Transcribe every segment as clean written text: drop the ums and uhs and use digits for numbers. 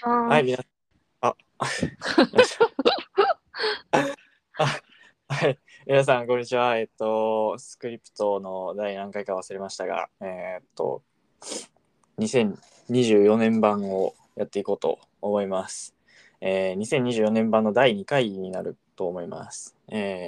はい、 ます。 あ、よいしょ。あ、はい、皆さん、こんにちは。スクリプトの第何回か忘れましたが、2024年版をやっていこうと思います。2024年版の第2回になると思います。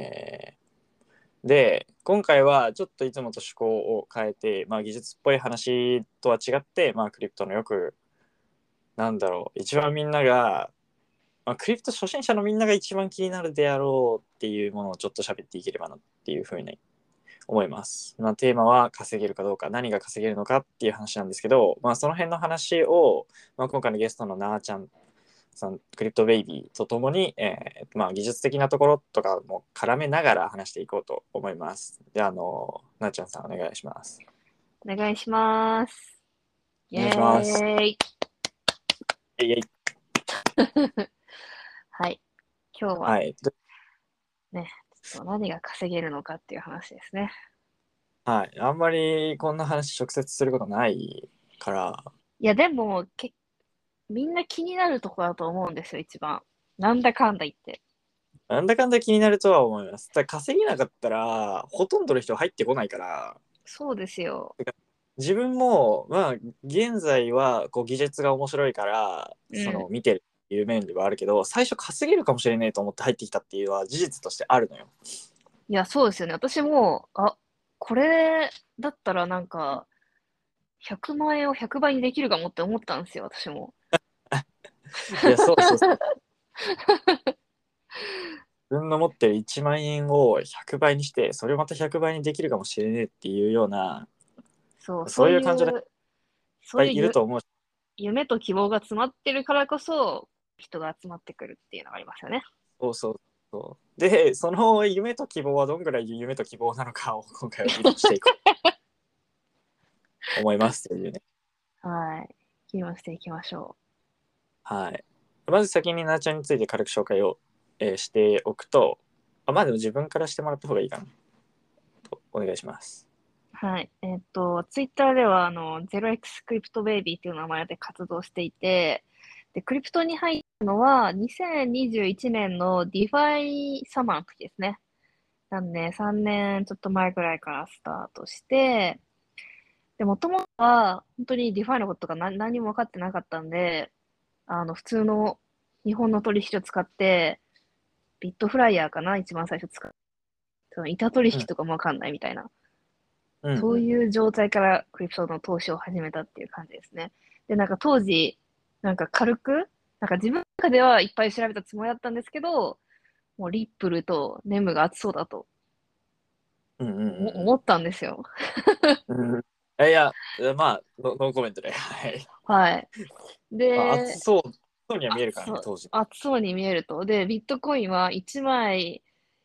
で、今回はちょっといつもと趣向を変えて、技術っぽい話とは違って、クリプトのよく、一番みんなが、クリプト初心者のみんなが一番気になるであろうっていうものをちょっと喋っていければなっていうふうに思います。テーマは稼げるかどうか、何が稼げるのかっていう話なんですけど、その辺の話を、今回のゲストのなーちゃんさん、クリプトベイビーとともに、技術的なところとかも絡めながら話していこうと思います。では、なーちゃんさんお願いします。 お願いします。イお願いします。 エーイ。 イエイ。 はい。今日ははい。 ね、ちょっと何が稼げるのかっていう話ですね。 はい。あんまりこんな話直接することないから、 いや、でも、みんな気になるところだと思うんですよ、一番。なんだかんだ言って。 なんだかんだ気になるとは思います。ただ稼げなかったら、ほとんどの人入ってこないから、 そうですよ。 自分も、現在はこう技術が面白いから、 うん。 見てるっていう面ではあるけど、最初稼げるかもしれないと思って入ってきたっていうのは事実としてあるのよ。 いや、そうですよね。私も、これだったらなんか、100万円を100倍にできるかもって思ったんですよ、私も。 いや、そうそうそう。自分の持ってる1万円を100倍にして、それをまた100倍にできるかもしれないっていうような、 そう、 そういう感情の人いっぱいいるそういうと思う。 夢と希望が詰まってるからこそ、人が集まってくるっていうのがありますよね。 そうそうそう。で、その夢と希望はどんぐらい夢と希望なのかを今回は議論していこうと思いますというね。 はい。議論していきましょはい。まず先になーちゃんについて軽く紹介を、しておくと、でも自分からしてもらった方がいいかなとお願いします。 う。はい。ツイッターでは、0x クリプトベイビーっていう名前で活動していて、で、クリプトに入ったのは、2021年のディファイサマーの時ですね。なんで、3年ちょっと前ぐらいからスタートして、で、もともとは、本当にディファイのこととか何も分かってなかったんで、普通の日本の取引を使って、ビットフライヤーかな一番最初使う。その板取うん。 引とかもわかんないみたいな。 うんうん。 そういう状態からクリプトの投資を始めたっていう感じですね。で、なんか当時、なんか軽く、なんか自分の中ではいっぱい調べたつもりだったんですけど、もうリップルとネムが熱そうだとうんうんうん思ったんですよ。 うん。うん。いや、ノーコメントで。はい。 はい。で、 熱そうには見えるからね、当時。 熱そうに見えると。で、ビットコインは1枚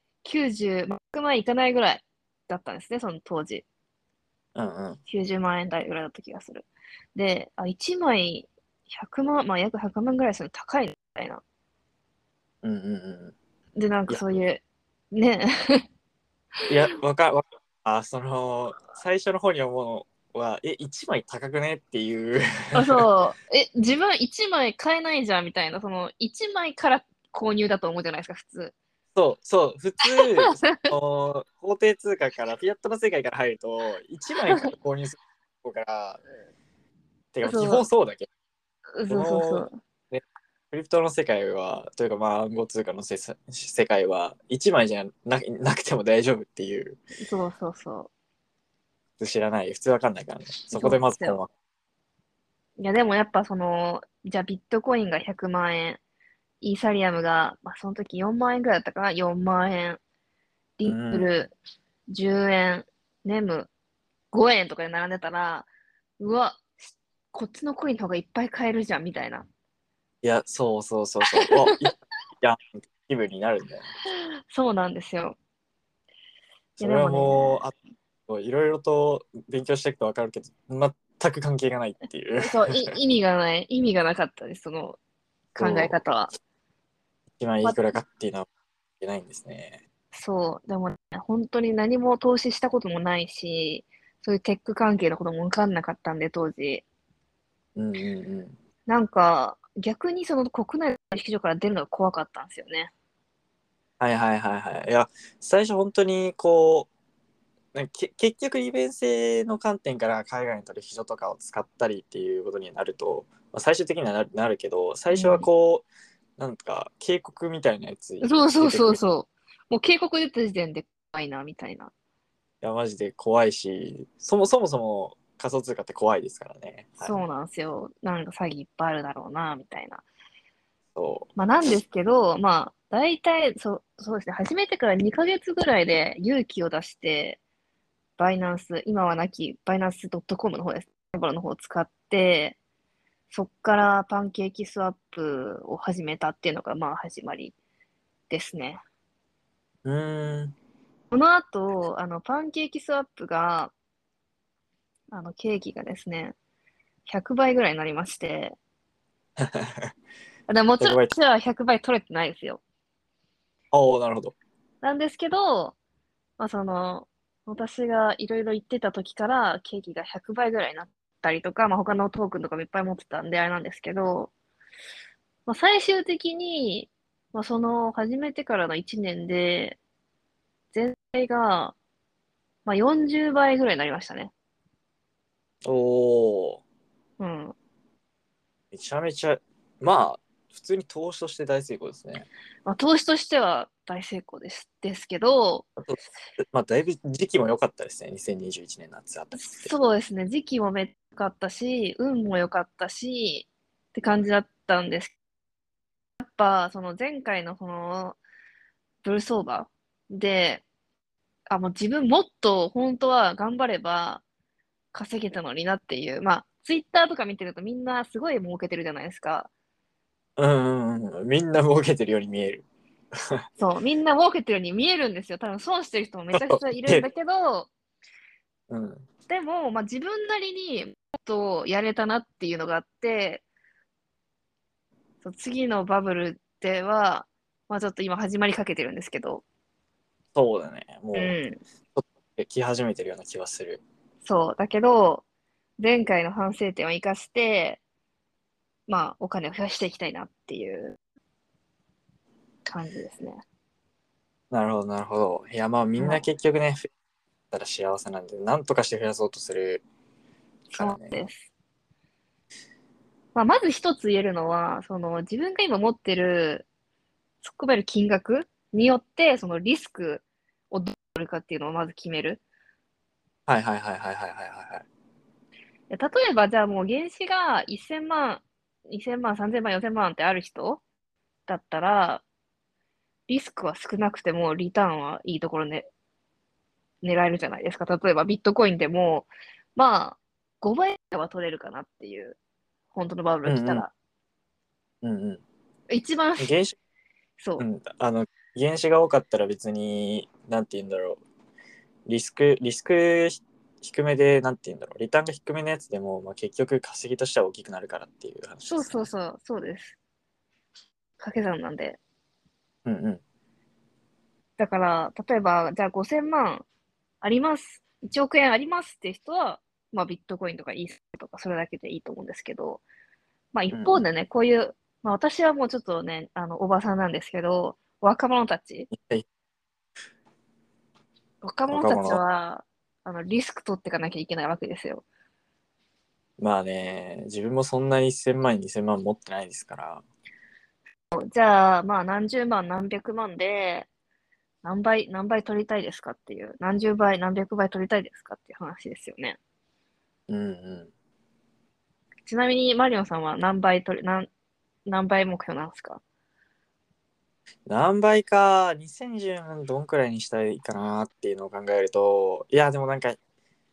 90、100万いかないぐらいだったんですね、その当時。 うんうん。 90万円台ぐらいだった気がする。で、1枚100万、約100万ぐらいするの高いみたいな。 うんうんうん。 で、なんかいや、 そういう、ね。 いや、わか最初の方に思うのは、1枚高くねっていう。 そう、自分1枚買えないじゃんみたいな、その1枚から購入だと思うじゃないですか、普通。 そうそう、普通、法定通貨から、フィアットの世界から入ると、1枚から購入するから、てか、基そう、 本そうだけど、そそうそうその、 う。 ね、クリプトの世界は、というか、暗号通貨の世界は、1枚じゃなくても大丈夫っていう、 そうそうそ知らない、普通わかんないからね。 う。 そこそうなんですよ。 でまず困惑。 いや、でもやっぱじゃあビットコインが100万円、イーサリアムが、その時4万円ぐらいだったかな？ 4 万円、リップうん。 ル10円、ネム5円とかで並んでたら、うわ、こっちのコインの方がいっぱい買えるじゃん、みたいな。 いや、そうそうそうそう。や、気分になるんだよね。 そうなんですよ。いや、 それはでもね、 もう、いろいろと勉強していくとわかるけど、全く関係がないっていう。 そう、意味がない、意味がなかったです、その考えそう、 方は。 一番いま、 くらかっていうのは言えないんですね。 そう、でもね、本当に何も投資したこともないし、そういうテック関係のことも分かんなかったんで、当時。 うんうんうん。 なんか、 逆にその国内の取引所から出るのが怖かったんですよね。 はいはいはいはい。いや、最初本当にこう、結局利便性の観点から海外の取引所とかを使ったりっていうことになると、まあ、最終的にはなるけど、最初はうこう、なんか警告みたいなやつん。そうそう出てくる。 そうそう。もう警告出た時点で怖いな、みたいな。 いや、マジで怖いし、そもそも仮想通貨って怖いですからね。はい。 そうなんですよ。なんか詐欺いっぱいあるだろうな、みたいな。 そまあなんですけど、まあ大体、そうですね。始めてから2ヶ月ぐらいで勇気を出して、バイナンス、今はなきバイナンス .com の方です。の方を使って、そっからパンケーキスワップを始めたっていうのがまあ始まりですね。 う。 この後、パンケーキスワップが、ケーキがですね、100倍ぐらいになりまして、もちろん、 100倍。 じゃあ100倍取れてないですよ。 おお、なるほど。 なんですけど、まあ私がいろいろ言ってた時からケーキが100倍ぐらいになったりとか、まあ他のトークンとかもいっぱい持ってたんであれなんですけど、まあ最終的に、まあ始めてからの1年で、全体が、まあ40倍ぐらいになりましたね。 おお、 うん。 めちゃめちゃ、まあ、普通に投資として大成功ですね。 まあ投資としては大成功ですけど、 あと、まあ、だいぶ時期も良かったですね。2021年夏あたりって。 そうですね、時期もめっちゃ良かったし、運も良かったし、って感じだったんです。やっぱ、その前回のブル相場で、もう自分もっと本当は頑張れば稼げたのになっていう、まあ、ツイッターとか見てるとみんなすごい儲けてるじゃないですか。 みんな儲けてるように見える。 そう、みんな儲けてるように見えるんですよ。多分損してる人もめちゃくちゃいるんだけど、 うん。 でも、まあ自分なりにもっとやれたなっていうのがあって、そう次のバブルでは、まあちょっと今始まりかけてるんですけど、 そうだね。 うもう、ちん。 ょっと来始めてるような気はする。 そう。だけど、前回の反省点を生かして、まあお金を増やしていきたいなっていう感じですね。 なるほど、なるほど。いや、まあ、みんなはい。 結局ね、増えたら幸せなんで、なんとかして増やそうとするからね。 そうです。まあ、まず一つ言えるのは、自分が今持ってる突っ込める金額によって、そのリスクをどう取るかっていうのをまず決める。 はいはいはいはいはいはいはい。 例えば、じゃあもう原資が1000万、2000万、3000万、4000万ってある人だったら、リスクは少なくてもリターンはいいところで狙えるじゃないですか。例えばビットコインでも、まあ、5倍は取れるかなっていう、本当のバブうんうんル来たら。 うん一番、 うん。原子、 そう。 うん、原子が多かったら別に、なんて言うんだろう。リスク低めで、なんて言うんだろう。リターンが低めのやつでも、まあ、結局稼ぎとしては大きくなるからっていう話でそうすね。 そうそう、そうです。掛け算なんで。 うんうん。 だから、例えば、じゃあ5000万あります。1億円ありますっていう人は、まあビットコインとかイーサとかそれだけでいいと思うんですけど、まあうんうん。 一方でね、こういう、まあ私はもうちょっとね、おばさんなんですけど、若者たち、 はい。 若者たち若者。 は、リスク取っていかなきゃいけないわけですよ。 まあね、自分もそんなに1000万、2000万持ってないですから。 じゃあ、まあ何十万、何百万で、何倍取りたいですかっていう、何十倍、何百倍取りたいですかっていう話ですよね。 うんうん。 ちなみに、マリオンさんは何倍目標なんですか？ 何倍か、2010年どんくらいにしたいかなっていうのを考えると、いや、でもなんか、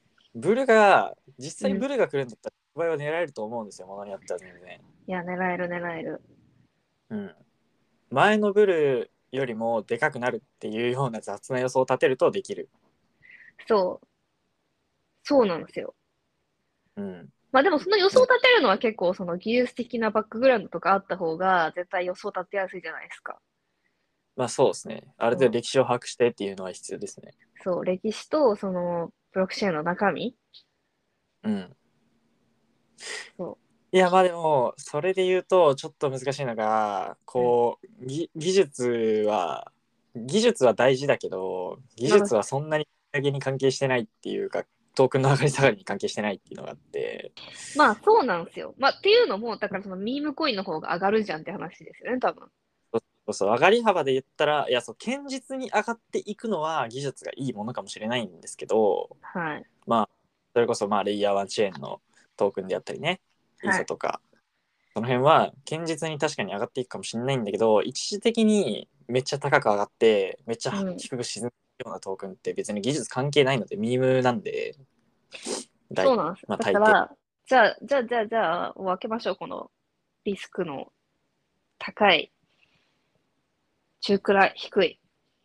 実うん。 際ブルが来るんだったら、倍は狙えると思うんですよ、ものによっては全然。 いや、狙える狙える。 うん。前のブルよりもでかくなるっていうような雑な予想を立てるとできる。 そう、そうなんですよ。 うん。 まあでもその予想をね、 立てるのは結構その技術的なバックグラウンドとかあった方が絶対予想立てやすいじゃないですか。 まあそうですね。ある程度そう、 歴史を把握してっていうのは必要ですね。 そう、歴史とプロックチェーンの中身。 うん。 そう。 いやまあでもそれで言うとちょっと難しいのがうん。 こう技術は大事だけど技まあ、 術はそんなに上げに関係してないっていうかトークンの上がり下がりに関係してないっていうのがあって、 まあそうなんですよ。まあっていうのも、だからそのミームコインの方が上がるじゃんって話ですよね、多分。 そう上がり幅で言ったらいやそう堅実に上がっていくのは技術がいいものかもしれないんですけど、 はい。 まあそれこそまあレイヤー1チェーンのトークンであったりね、イーはい。 サとかその辺は堅実に確かに上がっていくかもしれないんだけど、一時的にめっちゃ高く上がってめっちゃうん。 低く沈むようなトークンって別に技術関係ないのでミームなんで、 そうなんです。 まあ大抵。 だから、じゃあ、分けましょう。このリスクの高い、中くらい、低い。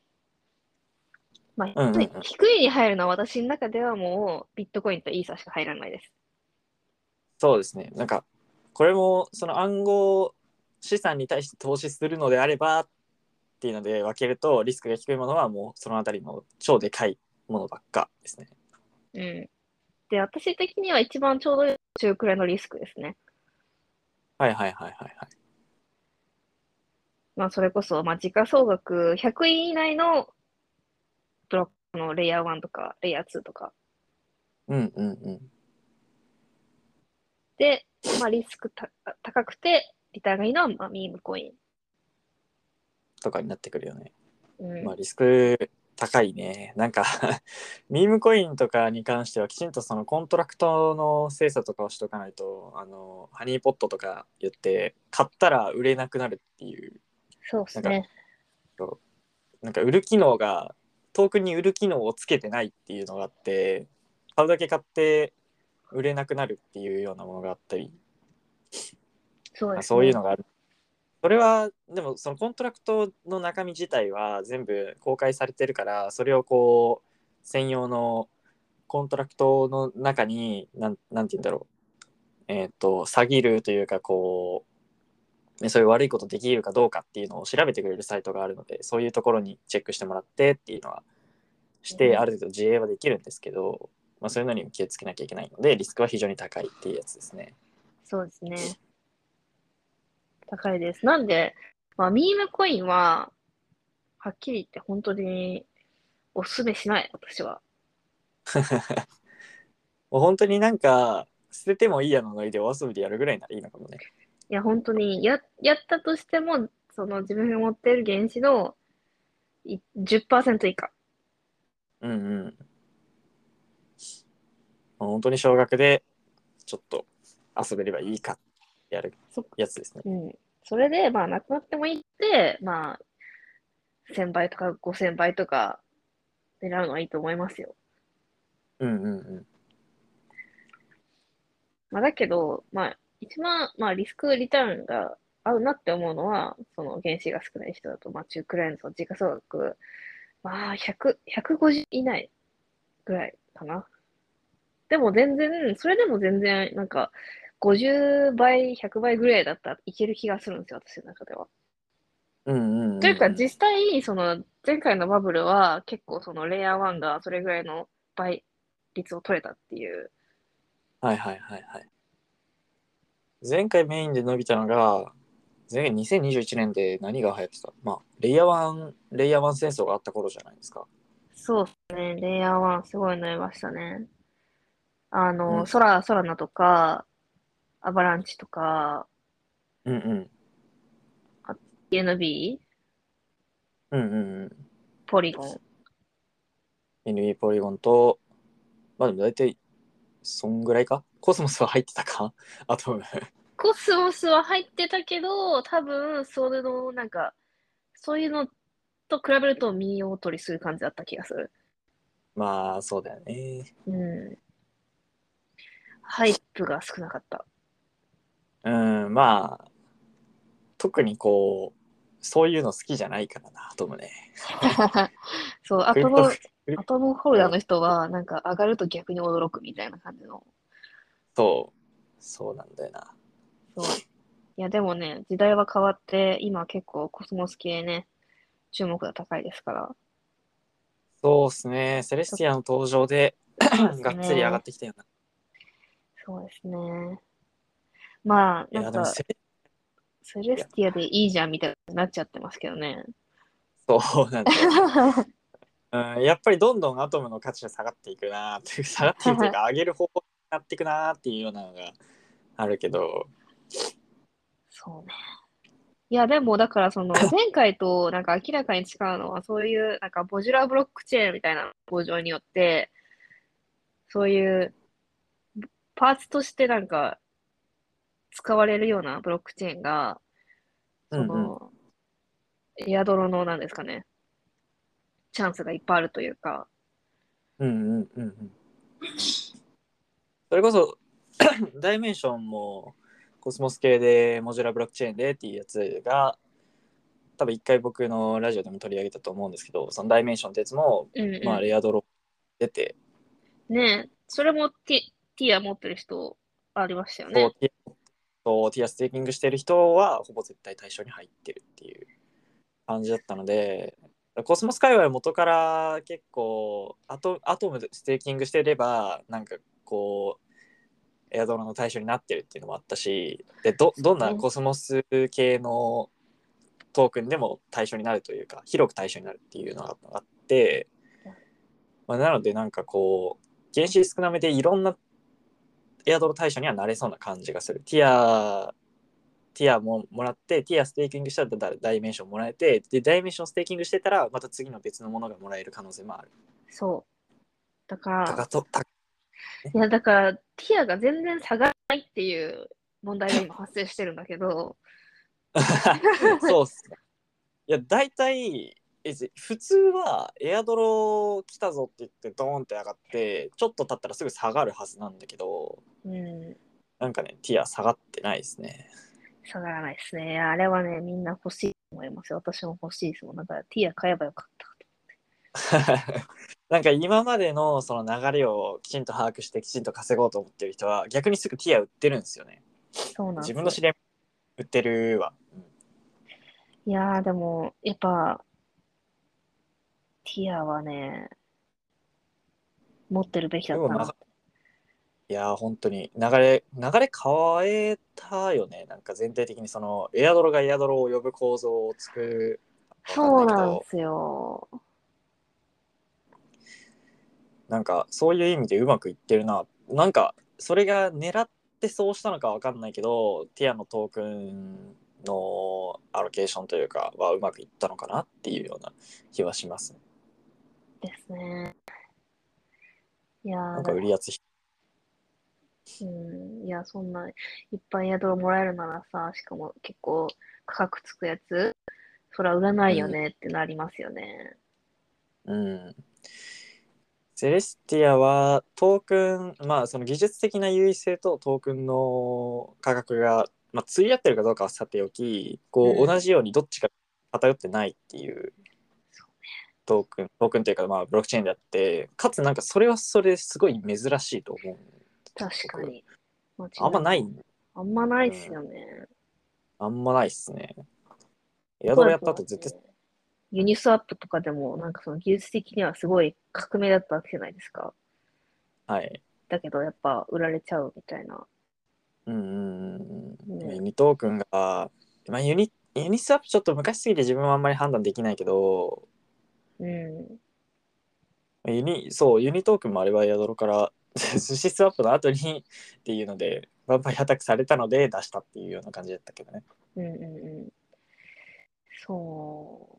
まあ、 うんうんうん。 低いに入るのは私の中ではもうビットコインとイーサしか入らないです。 そうですね。なんかこれもその暗号資産に対して投資するのであればっていうので分けるとリスクが低いものはもうそのあたりの超でかいものばっかですね。 うん。で、私的には一番ちょうどいい中くらいのリスクですね。 はいはいはいはいはい。 まあ、それこそ、まあ、時価総額100位以内のブロックのレイヤー1とか、レイヤー2とか。 うんうんうん。 で、まあ、リスク高くて、リターンがいいのは、まあ、ミームコイン。 とかになってくるよね。 うん。 まあリスク高いね。なんかミームコインとかに関してはきちんとそのコントラクトの精査とかをしとかないと、ハニーポットとか言って買ったら売れなくなるっていう、なんか、 そうですね。 なんか売る機能が、トークンに売る機能をつけてないっていうのがあって、買うだけ買って売れなくなるっていうようなものがあったり、まあ、 そうですね。 そういうのがある。それはでもそのコントラクトの中身自体は全部公開されてるから、それをこう専用のコントラクトの中になんて言うんだろう、詐欺るというかこう、ね、そういう悪いことできるかどうかっていうのを調べてくれるサイトがあるので、そういうところにチェックしてもらってっていうのはしてある程度自衛はできるんですけど、まあ、そういうのにも気をつけなきゃいけないのでリスクは非常に高いっていうやつですね。 そうですね。高いです。なんで、まあ、ミームコインは、はっきり言って本当におすすめしない、私は。 もう本当になんか捨ててもいいやのノリでお遊びでやるぐらいならいいのかもね。 いや、本当に、やったとしても、その自分が持っている原子の10%以下。 うんうん。本当に少額でちょっと遊べればいいかやるそ、 やつですね。 うん。それで、まあ、なくなってもいいって、まあ、1000倍とか5000倍とか狙うのはいいと思いますよ。 うんうんうん。 まあ、だけど、まあ、一番、まあ、リスクリターンが合うなって思うのは、その原子が少ない人だと、まあ、中くらいのその時価総額、まあ、100、150以内ぐらいかな。でも全然、それでも全然、なんか、50倍、100倍ぐらいだったらいける気がするんですよ、私の中では。 うんうんというか、 うんうん。 実際、その、前回のバブルは、結構その、レイヤー1がそれぐらいの倍率を取れたっていう。 はいはいはいはい。前回メインで伸びたのが、前回2021年で何が流行ってた、まあ、レイヤー1戦争があった頃じゃないですか。 そうですね、レイヤー1すごい伸びましたね。 うん。 ソラナとか、アバランチとか、 うんうん。 あ TNB、 うんうんうん。 ポリゴン。 NB ポリゴンと、まあでも大体、そんぐらいかコスモスは入ってたかあと、 コスモスは入ってたけど、多分、それの、なんか、そういうのと比べると見劣りする感じだった気がする。 まあ、そうだよね。 うん。ハイプが少なかった。 うん、まあ、特にこう、そういうの好きじゃないからな、トムね。 そう、 クリプト、 アトムホルダーの人は、なんか上がると逆に驚くみたいな感じの。 そう、そうなんだよな。 そう。いや、でもね、時代は変わって、今結構コスモス系ね、注目が高いですから。 そうっすね、セレスちょっティアの登場でとそうですがっつり上がっね。 てきたよな。 そうですね。 まあ、 いや、でもセレいや、 スティアでいいじゃんみたいになっちゃってますけどね。 そうなんだよね。うん、やっぱりどんどんアトムの価値が下がっていくなっていう、下がっていくというか、上げる方向になっていくなっていうようなのがあるけど、 そうね。いや、でも、だからその、前回となんか明らかに違うのは、そういうなんかモジュラーブロックチェーンみたいな向上によって、そういうパーツとしてなんか使われるようなブロックチェーンが、そうんうん。 の、エアドロのなんですかね、チャンスがいっぱいあるというか、 うんうんうんうん。それこそダイメンションもコスモス系でモジュラブロックチェーンでっていうやつが多分一回僕のラジオでも取り上げたと思うんですけど、そのダイメンションってやつもまあうんうレアドロップ出て、 ん。ねえ、それもティア持ってる人ありましたよね。 そうティアステーキングしてる人はほぼ絶対対象に入ってるっていう感じだったので、コスモス界隈は元から結構アトムでステーキングしてればなんかこうエアドロの対象になってるっていうのもあったし、でどんなね。 コスモス系のトークンでも対象になるというか広く対象になるっていうのがあって、まあ、なのでなんかこう原子少なめでいろんなエアドロ対象にはなれそうな感じがする。ティアももらって、ティアステーキングしたらダイメンションもらえて、でダイメンションステーキングしてたらまた次の別のものがもらえる可能性もある。 そう。だから、 高と高ね。 いや、だから、ティアが全然下がらないっていう問題が今発生してるんだけど、 そうっすね。いや大体普通はエアドロ来たぞって言ってドーンって上がってちょっと経ったらすぐ下がるはずなんだけど、 うん、 なんかねティア下がってないですね。 下がらないですね。あれはね、みんな欲しいと思いますよ。私も欲しいですもん。だから、ティア買えばよかった。 なんか今までのその流れをきちんと把握してきちんと稼ごうと思ってる人は逆にすぐティア売ってるんですよね。 そうなんですよ。 自分の知り合い売ってるわ。 いやー、でも、やっぱ、ティアはね、持ってるべきだでもったな。 いや本当に流れ変えたよね。なんか全体的にそのエアドロがエアドロを呼ぶ構造を作るかわかんそうないけど、 なんですよ。 なんかそういう意味でうまくいってるな。なんかそれが狙ってそうしたのかわかんないけど、ティアのトークンのアロケーションというかはうまくいったのかなっていうような気はします。 ですね。いやなんー、でも、 か売りやすい。 うん、いや、そんな、いっぱい宿もらえるならさ、しかも結構価格つくやつ、そら売らないようん。 ねってなりますよね。 うん。セレスティアはトークン、まあその技術的な優位性とトークンの価格が、まあ、釣り合ってるかどうかはさておき、こう同うん。 じようにどっちか偏ってないっていうトークンというかまあブロックチェーンであって、かつなんかそれはそれですごい珍しいと思う。僕。 確かに。間あんまない。 違いない。あんまないっすうん。 よね。 あんまないっすね。エアドロやった例えば、 後絶対、 ユニスワップとかでも、なんかその技術的にはすごい革命だったわけじゃないですか。 はい。 だけどやっぱ売られちゃうみたいな。 うんうんうんうん。 ね。 ユニトークンが、まあユニスワップちょっと昔すぎて自分はあんまり判断できないけど、 うん。 ユニトークンもあれはエアドロから寿司スワップの後にっていうので、バンパイアタックされたので出したっていうような感じだったけどね。 うんうんうん。そう。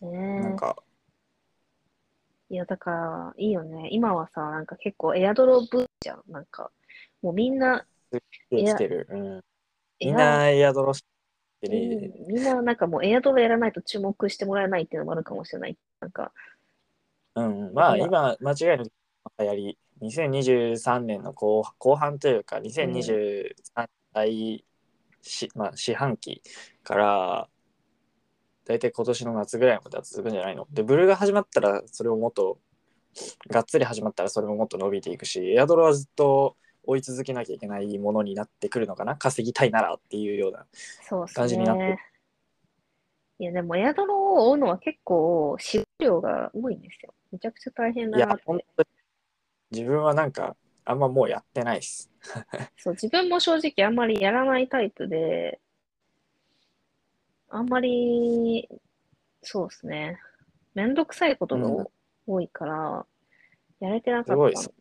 ねなんか、 え。いや、だから、いいよね。今はさ、なんか結構エアドロブームじゃん。なんか、もうみんな、 でエア、 きてる。うん。みんエア、 なエアドロしてる。 うん、みんななんかもうエアドロやらないと注目してもらえないっていうのもあるかもしれない。なんか、 うん。まあ今、 今、間違いなく流行り、2023年の後半というか、 うん、 2023まあ、四半期から大体今年の夏ぐらいまでは続くんじゃないの。で、ブルーが始まったらそれをもっとがっつり始まったらそれももっと伸びていくし、エアドロはずっと追い続けなきゃいけないものになってくるのかな、稼ぎたいならっていうようなそうっす感じになってる。 ね。いや、でもエアドロを追うのは結構、使用量が多いんですよ。めちゃくちゃ大変いや、 だなって。 本当に自分はなんか、 あんまもうやってないっす。 そう、自分も正直あんまりやらないタイプで、あんまり、そうですね。めんどくさいことがうん。 多いから、やれてなかったの。 すごいっす。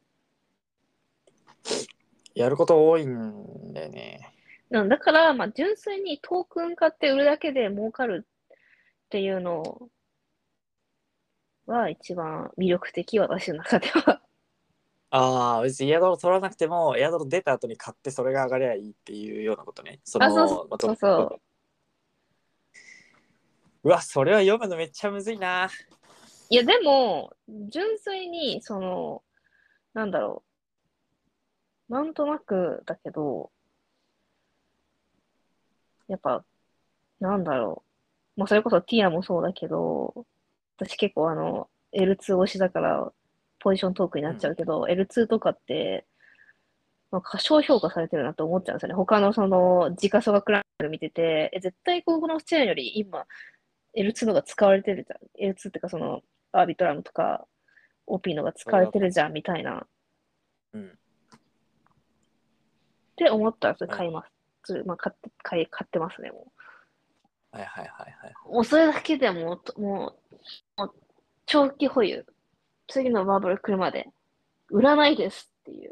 やること多いんだよね。 だから、まあ、純粋にトークン買って売るだけで儲かるっていうのは一番魅力的、私の中では。 ああ、別にエアドロ取らなくても、エアドロ出た後に買ってそれが上がりゃいいっていうようなことね。 あ、そうそと、 うそう。 うわ、それは読むのめっちゃむずいな。 いや、でも、純粋に、なんだろなんとなくだけど、やっぱ、なんだろまあ、それこそティアもそうだけど、私結構L2 推しだから、ポジショントークになっちゃうん。 うけど、L2 とかって、まあ、過小評価されてるなと思っちゃうんですよね。他のその、時価総額ランク見てて、絶対このチェーンより今、L2 のが使われてるじゃん。L2 ってかアービトラムとか、OP のが使われそれはた、 てるじゃん、みたいな。っうん。 て思ったらそれはい買います。まあ、買ってますね、もはいはいはいはい。 う。もうそれだけでもう長期保有。次のバブル来るまで売らないですっていう。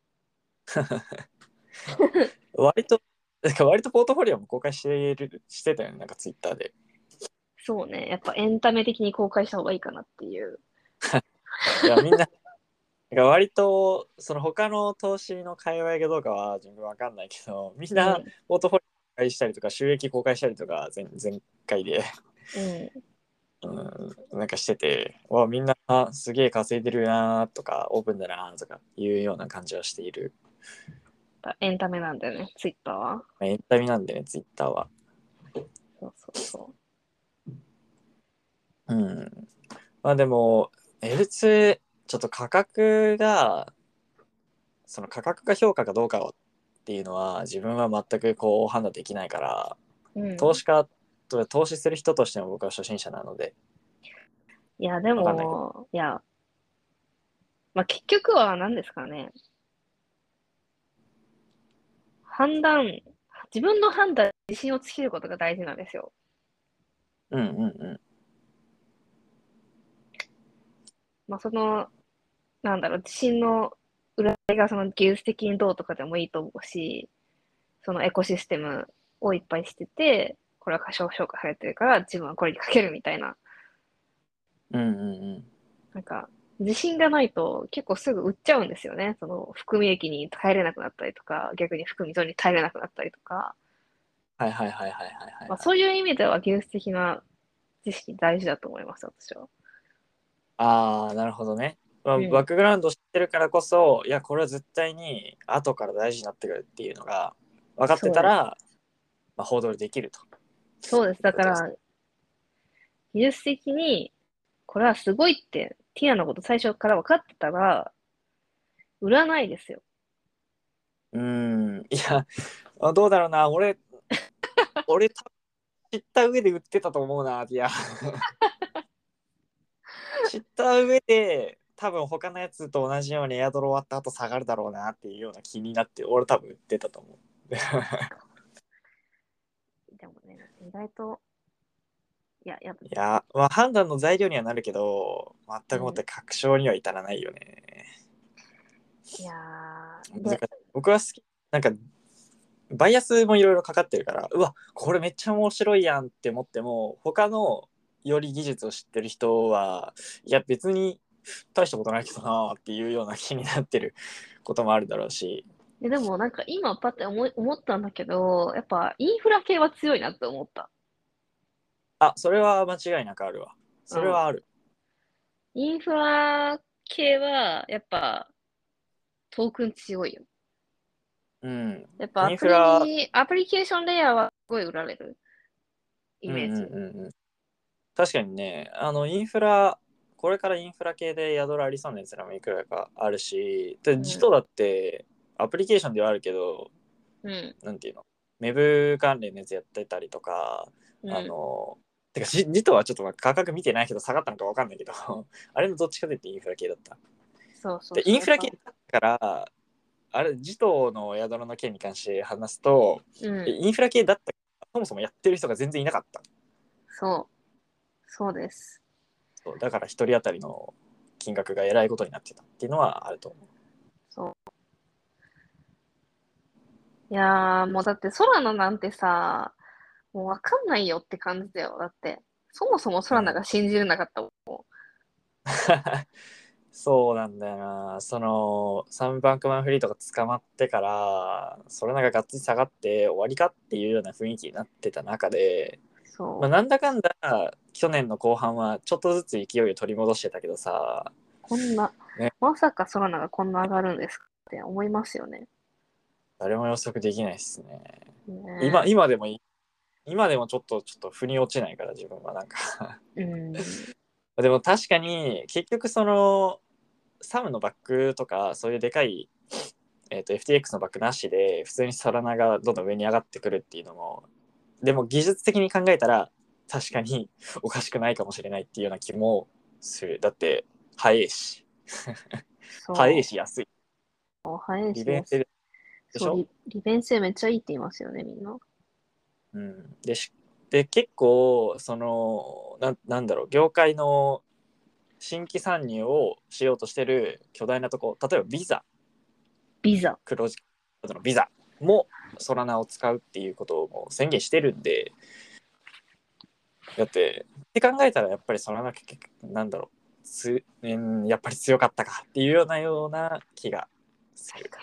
割と、割とポートフォリオも公開してたよね、なんかツイッターで。 そうね。やっぱエンタメ的に公開した方がいいかなっていう。 いや、みんな、なんか割と、その他の投資の界隈がどうかは自分わかんないけど、みんなうん。 ポートフォリオ公開したりとか、収益公開したりとか、前回で、 うん。 なんかしてて、わ、みんなすげえ稼いでるなとか、オープンだなとかいうような感じはしている。 エンタメなんだよね、ツイッターは。 まあ、エンタメなんでね、ツイッターは。 そうそうそうん。まあでも、L2、ちょっとその価格が評価かどうかっていうのは、自分は全くこう判断できないから、 う。うん。 投資家と投資する人としても僕は初心者なので、 いや、でわかんないけど。 も、いや、まあ、結局は何ですかね。判断、自分の判断に自信をつけることが大事なんですよ。 うんうんうん。 まあ、自信の裏がその技術的にどうとかでもいいと思うし、そのエコシステムをいっぱいしてて、これは過小評価されてるから自分はこれにかけるみたいな。 うんうんうん。 なんか、自信がないと結構すぐ売っちゃうんですよね。その含み益に耐えれなくなったりとか、逆に含み損に耐えれなくなったりとか。 はいはいはいはいはいはいまあ、 はい。 そういう意味では技術的な知識大事だと思います、私は。 ああ、なるほどね。まあ、バッうん。 クグラウンド知ってるからこそ、いや、これは絶対に後から大事になってくるっていうのが分かってそうです。 たら、まあ、報道できるとそうです。 いうことです。 だから、技術的に、これはすごいって、ティアのこと最初から分かってたら、売らないですよ。 うーん、いや、どうだろうな、俺知った上で売ってたと思うな、いや、知った上で、多分他のやつと同じようにエアドロ終わった後下がるだろうなっていうような気になって、俺多分売ってたと思う。 でもね、意外と、いや、やっぱ、 いや、まあ判断の材料にはなるけど、全くもってうん。 確証には至らないよね。 いや難しい。僕は好き。なんか、バイアスもいろいろかかってるから、うわ、これめっちゃ面白いやんって思っても、他のより技術を知ってる人は、いや、別に大したことないけどなっていうような気になってることもあるだろうし、 でもなんか今パッて思ったんだけど、やっぱインフラ系は強いなって思った。 あ、それは間違いなくあるわ。 うん。 それはある。 インフラ系は、やっぱトークン強いよ。 うん。 やっぱインフラ、 アプリケーションレイヤーはすごい売られるイうんうんメージ。 うんうん。確かにね、インフラ、これからインフラ系で宿らありそうなやつらもいくらかあるし、で、 うん。 ジトだってアプリケーションではあるけど、 うん。 なんていうの、ウェブ関連のやつやってたりとか、 うん。 てか、ジトはちょっと価格見てないけど下がったのかわかんないけど、あれのどっちかというとインフラ系だった。 そうそうで、 そう。 インフラ系だから、あれ、持統の宿の件に関して話すと、 うん。 インフラ系だったから、そもそもやってる人が全然いなかった。 そう。そうです。 そうだから一人当たりの金額がえらいことになってたっていうのはあると思う。 そう。いやー、もうだって空のなんてさ、もうわかんないよって感じだよ。だって、そもそも空のが信じれなかったもん。 そうなんだよな。その3バンクマンフリーとか捕まってからそれなんかがっつり下がって終わりかっていうような雰囲気になってた中で、まあ、 そう。 なんだかんだ去年の後半はちょっとずつ勢いを取り戻してたけどさ、 こんな、 ね、 まさか空のがこんな上がるんですかって思いますよね。 誰も予測できないですね。今ね今でも今でもちょっと腑に落ちないから自分はなんかえ。うん。 でも確かに結局そのサムのバックとかそういうでかい、FTX のバックなしで普通にソラナがどんどん上に上がってくるっていうのも、でも技術的に考えたら確かにおかしくないかもしれないっていうような気もする。だって早いし早いそし安い、 う。早いしやす。 利便性でしそう、 ょ。 利便性めっちゃいいって言いますよね、みんな。 うん、で結構そのなんだろう、業界の新規参入をしようとしてる巨大なとこ、例えばビザ、 ビザ。 黒字のビザもソラナを使うっていうことをもう宣言してるんで、だって考えたらやっぱりソラナなんだろうやっぱり強かったかっていうような気がする。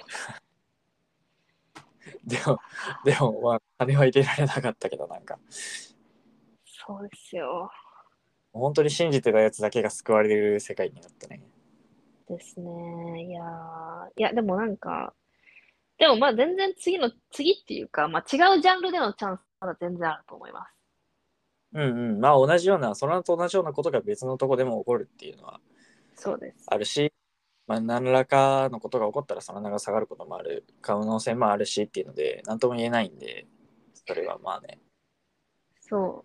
でもまあ金は入れられなかったけど、なんかそうですよ。 本当に信じてたやつだけが救われる世界になったね。 ですね。いや、でもなんか、でもまあ全然次っていうか、まあ違うジャンルでのチャンスまだ全然あると思います。 うんうん、まあ同じようなソラナと同じようなことが別のとこでも起こるっていうのはそうです。 あるし、まあ、何らかのことが起こったらその名が下がることもある可能性もあるしっていうので何とも言えないんで、それはまあね。 そう。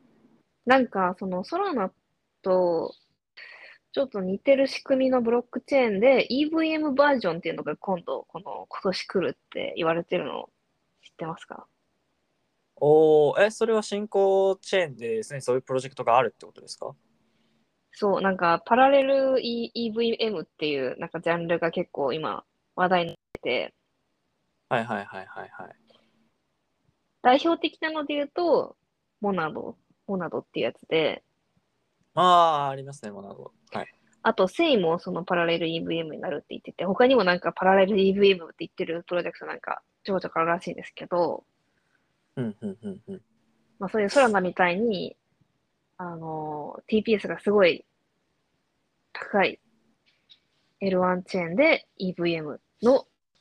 なんか、そのソラナとちょっと似てる仕組みのブロックチェーンで EVM バージョンっていうのが今年来るって言われてるの知ってますか？ それは新興チェーンでですね、そういうプロジェクトがあるってことですか？ そう、なんかパラレル EVM っていうなんかジャンルが結構今話題になってて、 はいはいはいはいはい。 代表的なので言うと、モナド、モナドっていうやつで、 まあ、ありますね、もうなど。はい。 あと、セイもそのパラレル EVM になるって言ってて、他にもなんかパラレル EVM って言ってるプロジェクトなんかちょこちょこあるらしいんですけど、 うんうんうんうん。 まあそういうソラナみたいに、TPS がすごい高い L1 チェーンで EVM の、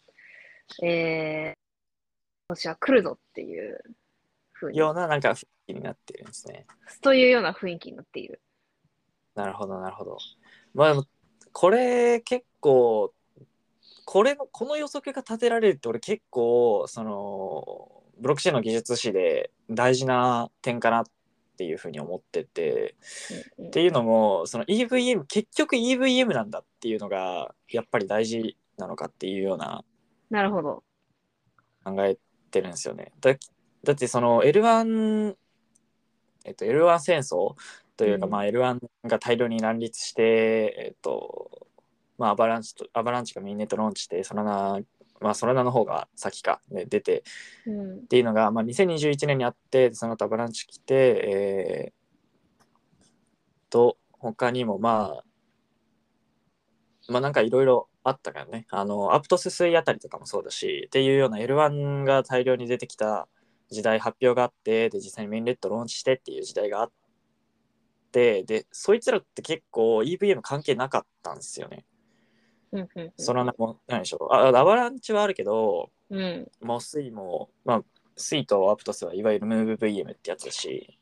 年は来るぞっていう風に、 ようななんか雰囲気になってるんですね。 というような雰囲気になっている。 なるほどなるほど。まあでもこれ結構この予測が立てられるって俺結構そのブロックチェーンの技術史で大事な点かなっていうふうに思ってて、 うんうん、 っていうのもその EVM 結局 EVM なんだっていうのがやっぱり大事なのかっていうようななるほど。 考えてるんですよね。だってその L1、L1 戦争というか、まうん。 あ、L1 が大量に乱立して、まあ、アバランチがミンネットローンチして、その名の方が先か、ね、出てうん。 っていうのが、まあ、2021年にあって、その後アバランチ来て、他にもまあなんかいろいろあったからね、アプトス水あたりとかもそうだし、っていうような L1 が大量に出てきた時代、発表があって、で、実際にメインレッドローンチしてっていう時代があって、で、そいつらって結構 EVM 関係なかったんですよね。 うん。うん。 その名も、何でしょう。アバランチはあるけど、 うん。 もう水も、まあ、水とアプトスはいわゆるムーブ VM ってやつだし、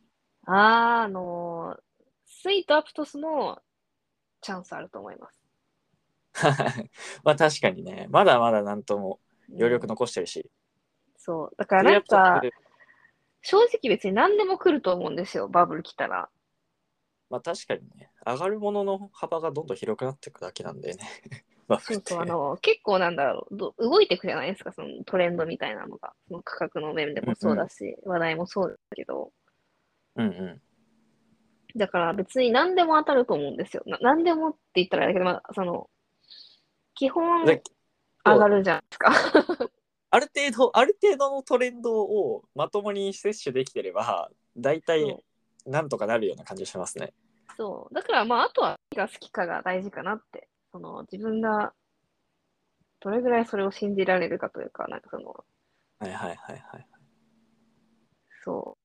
スイートアプトスのチャンスあると思います。 まあ確かにね、まだまだなんとも余力うん。 残してるし、 そう。だからなプレアんか、 プトス、 正直別に何でも来ると思うんですよ、バブル来たら。 まあ確かにね、上がるものの幅がどんどん広くなっていくだけなんでね。 バフそうそう、 って。 結構なんだろう、動いてくじゃないですか、そのトレンドみたいなのが。その価格の面でもうんうん。 そうだし、話題もそうだけど、 うんうだから別に何でも当たると思うんですよ。何でもって言ったらあれだけど、まあ、基ん。で、 本上そう、 がるじゃないですか。 ある程度のトレンドをまともに摂取できてれば、大体そう、 なんとかなるような感じがしますね。 そう。だからまあ、あとは何が好きかが大事かなって。自分がどれぐらいそれを信じられるかというか、 はいはいはいはい。 そう、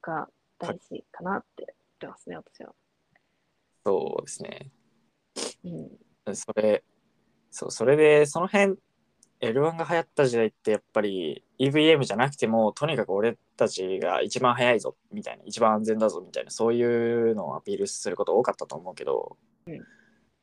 がか大事かなって言ってますね、私は。 そうですね。 うん。 それ、そう、それで、その辺、L1 が流行った時代ってやっぱり EVM じゃなくても、とにかく俺たちが一番早いぞみたいな、一番安全だぞみたいな、そういうのをアピールすること多かったと思うけど、 うん。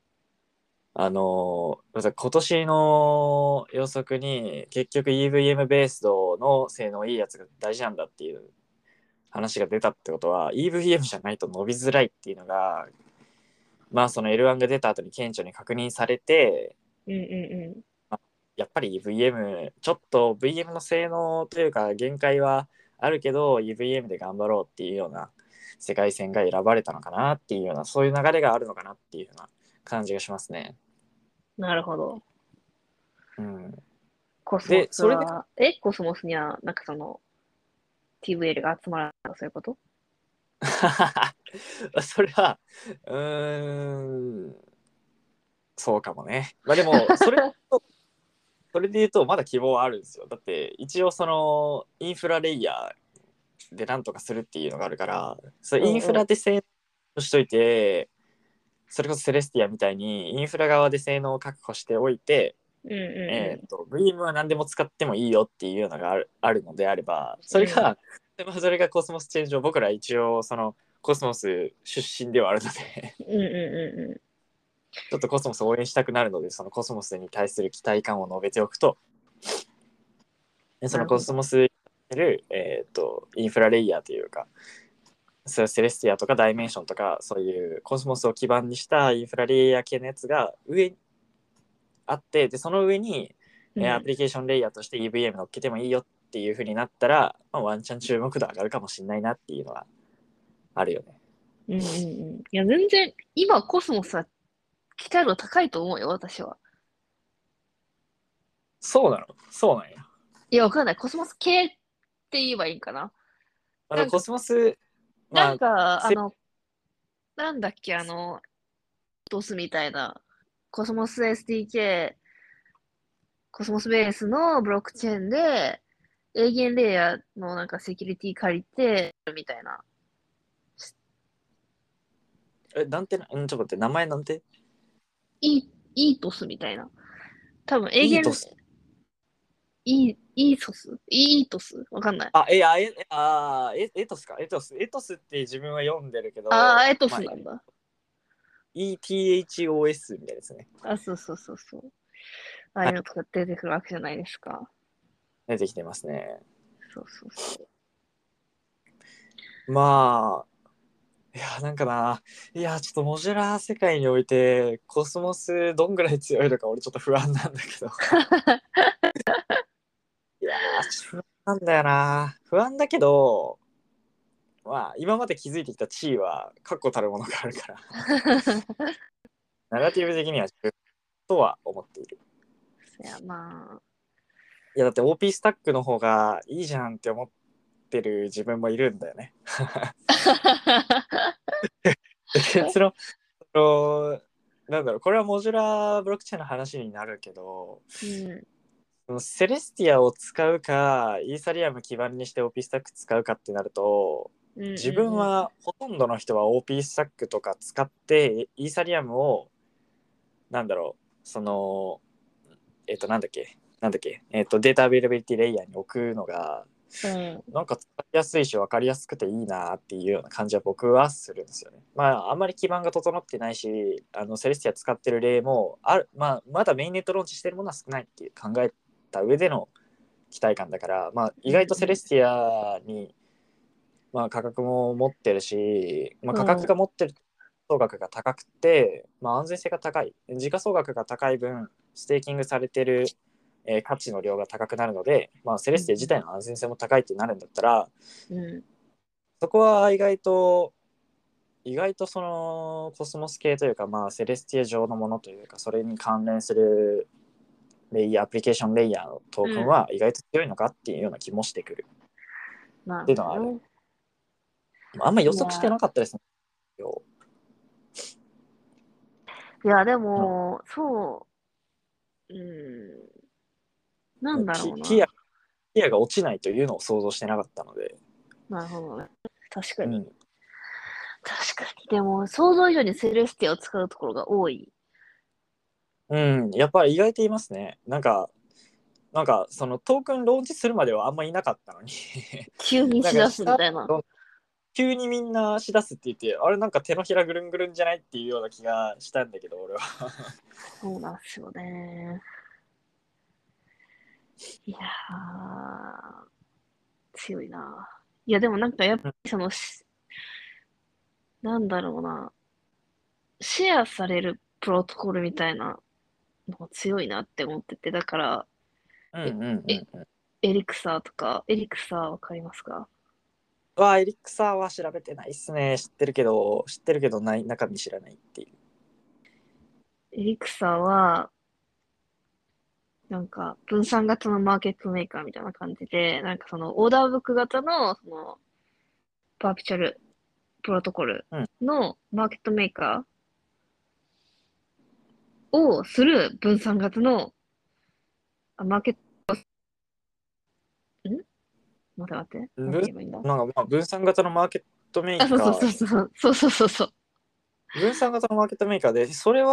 今年の予測に結局 EVM ベースドの性能いいやつが大事なんだっていう話が出たってことは EVM じゃないと伸びづらいっていうのが、まあその L1 が出た後に顕著に確認されて、 うんうんやっぱり EVM、ちょっと VM の性能というか限界はあるけど EVM で頑張ろうっていうような世界線が選ばれたのかなっていうような、そういう流れがあるのかなっていうような感じがしますね。 うん。なるほど。 うん、 コスモで、それでスは、コスモスには、TVL が集まらないとかそういうこと？ それは、うーん、そうかもね。まあでも、それで言うと、まだ希望はあるんですよ。だって、一応その、インフラレイヤーでなんとかするっていうのがあるから、それインフうんうん。 ラで性能しといて、それこそセレスティアみたいにインフラ側で性能を確保しておいて、 うんう v m は何でも使ってもいいよっていうのがあるのであれば、そんうん。うん。 れが、それがコスモスチェンジ上、僕ら一応そのコスモス出身ではあるのでうんうんうんうちょっとコスモスを応援したくなるので、そのコスモスに対する期待感を述べておくと、 ん。 そのコなるほど。 スモスにる、インフラレイヤーというか、それセレスティアとかダイメンションとか、そういうコスモスを基盤にしたインフラレイヤー系のやつが上にあって、でその上に、アうん。 プリケーションレイヤーとして EVM 乗っけてもいいよっていう風になったら、まあ、ワンチャン注目度上がるかもしれないなっていうのはあるよね。 うんうんうん。いや、全然、今コスモスは期待度高いと思うよ、私は。 そうなの？そうなんや。 いや、わかんない。コスモス系って言えばいいんかな。なんか、 コスモス、 なんまあ、 か、なんだっけ、トスみたいな、コスモス SDK、コスモスベースのブロックチェーンで、エーゲンレイヤーのセキュリティ借りて、みたいな。 なんてちょっと待って、名前なんて？ イートスみたいな。多分、エーゲン、 イートス。 イーソスイートスわかんない。 あ、いや、エトスか。エトスって自分は読んでるけど、 エトまあ、 スなんだ。 ETHOS みたいですね。 あ、そうそうそうそう。ああはい、 いうのとか出てくるわけじゃないですか。 出てきてますね。 そうそうそまあ、いや、なんかな、いや、ちょっとモジュラー世界において、コスモスどんぐらい強いのか、俺ちょっと不安なんだけど。いやちょっと不安なんだよな。不安だけど、まあ、今まで築いてきた地位は確固たるものがあるから、 う。 ナラティブ的には十分とは思っている。 そや、まあ。 いや、だって OP スタックの方がいいじゃんって思ってる自分もいるんだよね。結論、なんだろう、これはモジュラーブロックチェーンの話になるけど、 うん。 そのセレスティアを使うか、イーサリアム基盤にして OP スタック使うかってなると、 うんうん自分うん。 はほとんどの人は OP スタックとか使ってイーサリアムをなんだろう、そのデータアベイラビリティレイヤーに置くのがうん。 なんか使いやすいし分かりやすくていいなっていうような感じは僕はするんですよね。まああんまり基盤が整ってないし、セレスティア使ってる例もある、まあまだメインネットローンチしてるものは少ないっていう考えた上での期待感だから、まあ意外とセレスティアにまあ価格も持ってるし、まあ価格うん。 が持ってる総額が高くて、まあ安全性が高い。時価総額が高い分、 ステーキングされてる、価値の量が高くなるので、まあ、セレスティア自体の安全性も高いってなるんだったら、 うん。 そこは意外とそのコスモス系というか、まあ、セレスティア上のものというか、それに関連するアプリケーションレイヤーのトークンは意外と強いのかっていうような気もしてくるなっていうのはある。 るほどね。 あんま予いや、 測してなかったですね。 いや、でも、そう、なんだろうティア、 な。 ティアが落ちないというのを想像してなかったので。 なるほどね。確かに。 うん。 確かに。でも、想像以上にセレスティアを使うところが多い。 うん、やっぱり意外といますね。なんかそのトークンローンチするまではあんまいなかったのに急にしだすなんかみたいな。 急にみんなしだすって言って、あれなんか手のひらぐるんぐるんじゃないっていうような気がしたんだけど、俺は。 そうなんですよね。いやー、強いな。いや、でもなんかやっぱりなんだろうな。シェアされるプロトコルみたいなのが強いなって思ってて、だから、 うんえ、 うんえ、 うん。 エリクサーとか、エリクサーわかりますか？ エリクサーは調べてないっすね。知ってるけど中身知らないっていう。 エリクサーは、なんか、分散型のマーケットメーカーみたいな感じで、なんかその、オーダーブック型の、その、パーピチャルプロトコルうん。 のマーケットメーカーをする分散型の、マーケット、待って待って。なんて分言えばいいんだ？ なんかまあ分散型のマーケットメあ、そうそうーカー、 そうそう。そうそうそうそう。 分散型のマーケットメーカーで、それ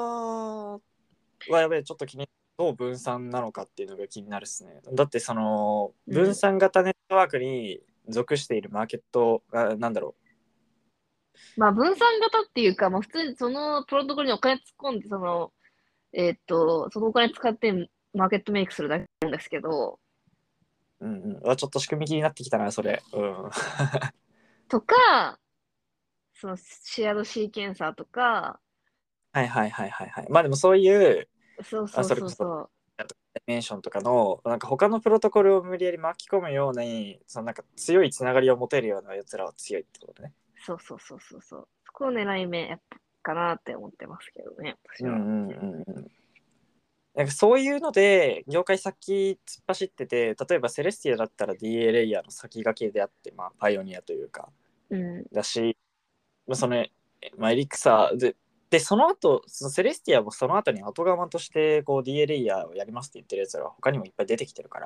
はやべえ、ちょっとどう分散なのかっていうのが気になるっすね。だってその分うん。 散型ネットワークに属しているマーケットがなんだろまあ、分散型っていうか、まあ、普通にそのプロトコルにお金突っ込んで、そのお金使ってマーケットメイクするだけなんですけど、 う。うんうん。ちょっと仕組み気になってきたな、それ。うん。 とか、そのシェアドシーケンサーとか、 はいはいはいはいはい。まあでもそういう、 そうそうそれこそ、 そうそダイメンションとかの、なんか他のプロトコルを無理やり巻き込むように、そのなんか強いつながりを持てるようなやつらは強いってことね。 う。そうそうそうそうそう。そこを狙い目やっぱかなって思ってますけどね、私は。 うんうんうんうん。なんかそういうので業界先突っ走ってて、例えばセレスティアだったら DA レイヤーの先駆けであって、まあ、パイオニアというかうん。 だし、まあ、エリクサーでその後そのセレスティアもその後に後釜としてこう DA レイヤーをやりますって言ってるやつが他にもいっぱい出てきてるから、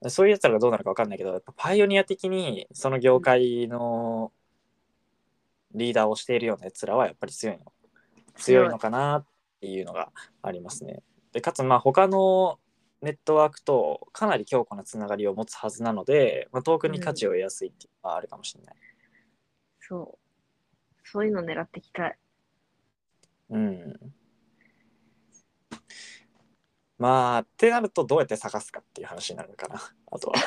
そういうやつらがどうなるか分かんないけど、やっぱパイオニア的にその業界のリーダーをしているようなやつらはやっぱり強い強い。 のかなっていうのがありますね。でかつまあ他のネットワークとかなり強固なつながりを持つはずなので、まあ、トークンに価うん。 値を得やすいっていうのはあるかもしれない。 そう。そういうの狙っていきたい。 うん。まあってなるとどうやって探すかっていう話になるのかな。あとは。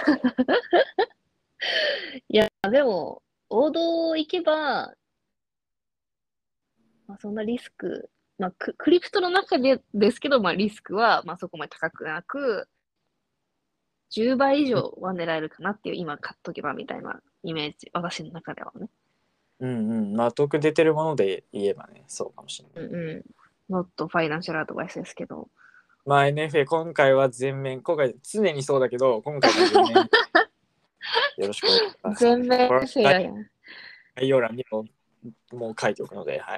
いや、でも、王道行けば、まあ、そんなリスク、まあ、クリプトの中でですけど、まあ、リスクは、まあ、そこまで高くなく、10倍以上は狙えるかなっていう、今買っとけばみたいなイメージ、私の中ではね。 うんうん。まあトークン出てるもので言えばね、そうかもしれない。 うんうん。ノットファイナンシャルアドバイスですけど。 まあ NFA 今回常にそうだけど、今回も全面よろしくお願いします。 全面これシェアやん。 概要欄にもう書いておくので、はい。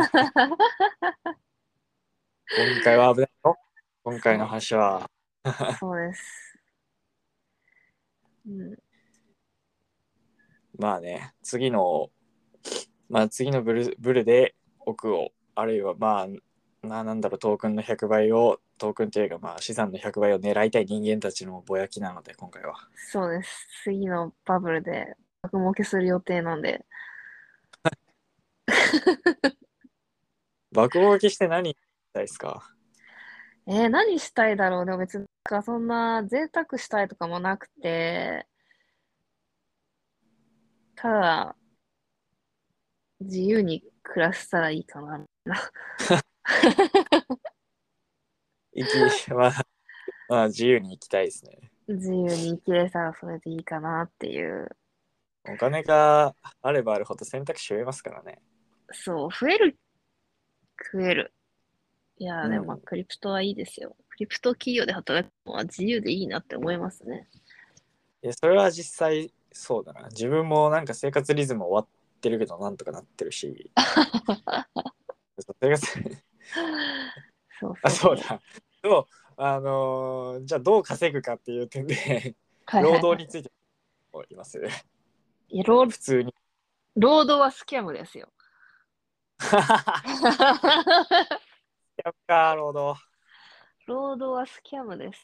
今回は危ないよ。今回のそう、 話は。 そうです。うん。 まあね、次のブルで奥を、あるいはなんだろう、トークンというか、まあ資産の100倍を狙いたい人間たちのぼやきなので、今回は。 そうです。次のバブルで、爆儲けする予定なんで。 爆儲けして何したいですか？ 何したいだろう。でも別に、そんな贅沢したいとかもなくて、ただ、自由に暮らしたらいいかな。 まあ自由に行きたいですね。 自由に生きれたらそれでいいかなっていう。 お金があればあるほど選択肢増えますからね。 そう、増える、増える。いやー、でもまあ、 うん。 クリプトはいいですよ。クリプト企業で働くのは自由でいいなって思いますね。 それは実際そうだな。自分もなんか生活リズム終わってるけどなんとかなってるし。生活そうあ、 そうそう。 そうだ。と、じゃあどう稼ぐかっていう点で労はいはいはい。 働についています。 いや、 普通に。 労働はスキャムですよ。 やっか、労働。 労働はスキャムです。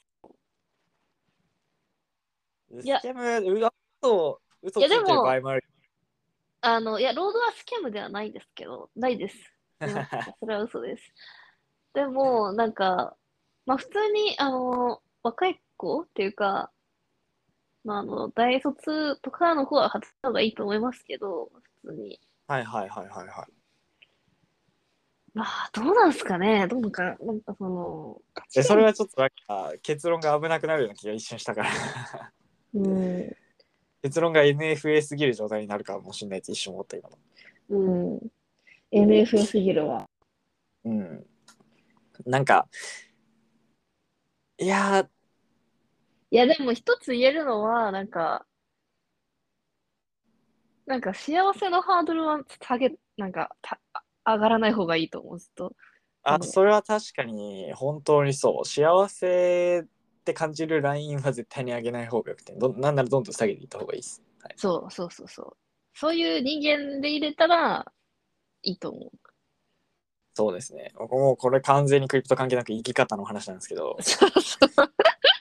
いや、 スキャム、嘘いやでついてる場も、 合もある。 いや、労働はスキャムではないですけど、ないです。すみません。それは嘘です。でも、なんか、まあ普通に、若い子っていうか、まあ大卒とかの子は働いた方がいいと思いますけど、普通に。 はいはいはいはいはい。 まあ、どうなんすかね。どうなんか、なんかその、価値それ観、 はちょっとなんか結論が危なくなるような気が一瞬したからうん、 結論が NFA すぎる状態になるかもしれないって一瞬思った今の。 うん、NFA すぎるわ。 うん。なんか、いやー、 いや、でも一つ言えるのは、なんか幸せのハードルはなんか、上がらない方がいいと思う、ずっと。その、 それは確かに本当にそう。幸せって感じるラインは絶対に上げない方がよくて、なんならどんどん下げていった方がいいです。はい、 そうそうそうそう。そういう人間で入れたらいいと思う。 そうですね。もうこれ完全にクリプト関係なく生き方の話なんですけど、 そうそう。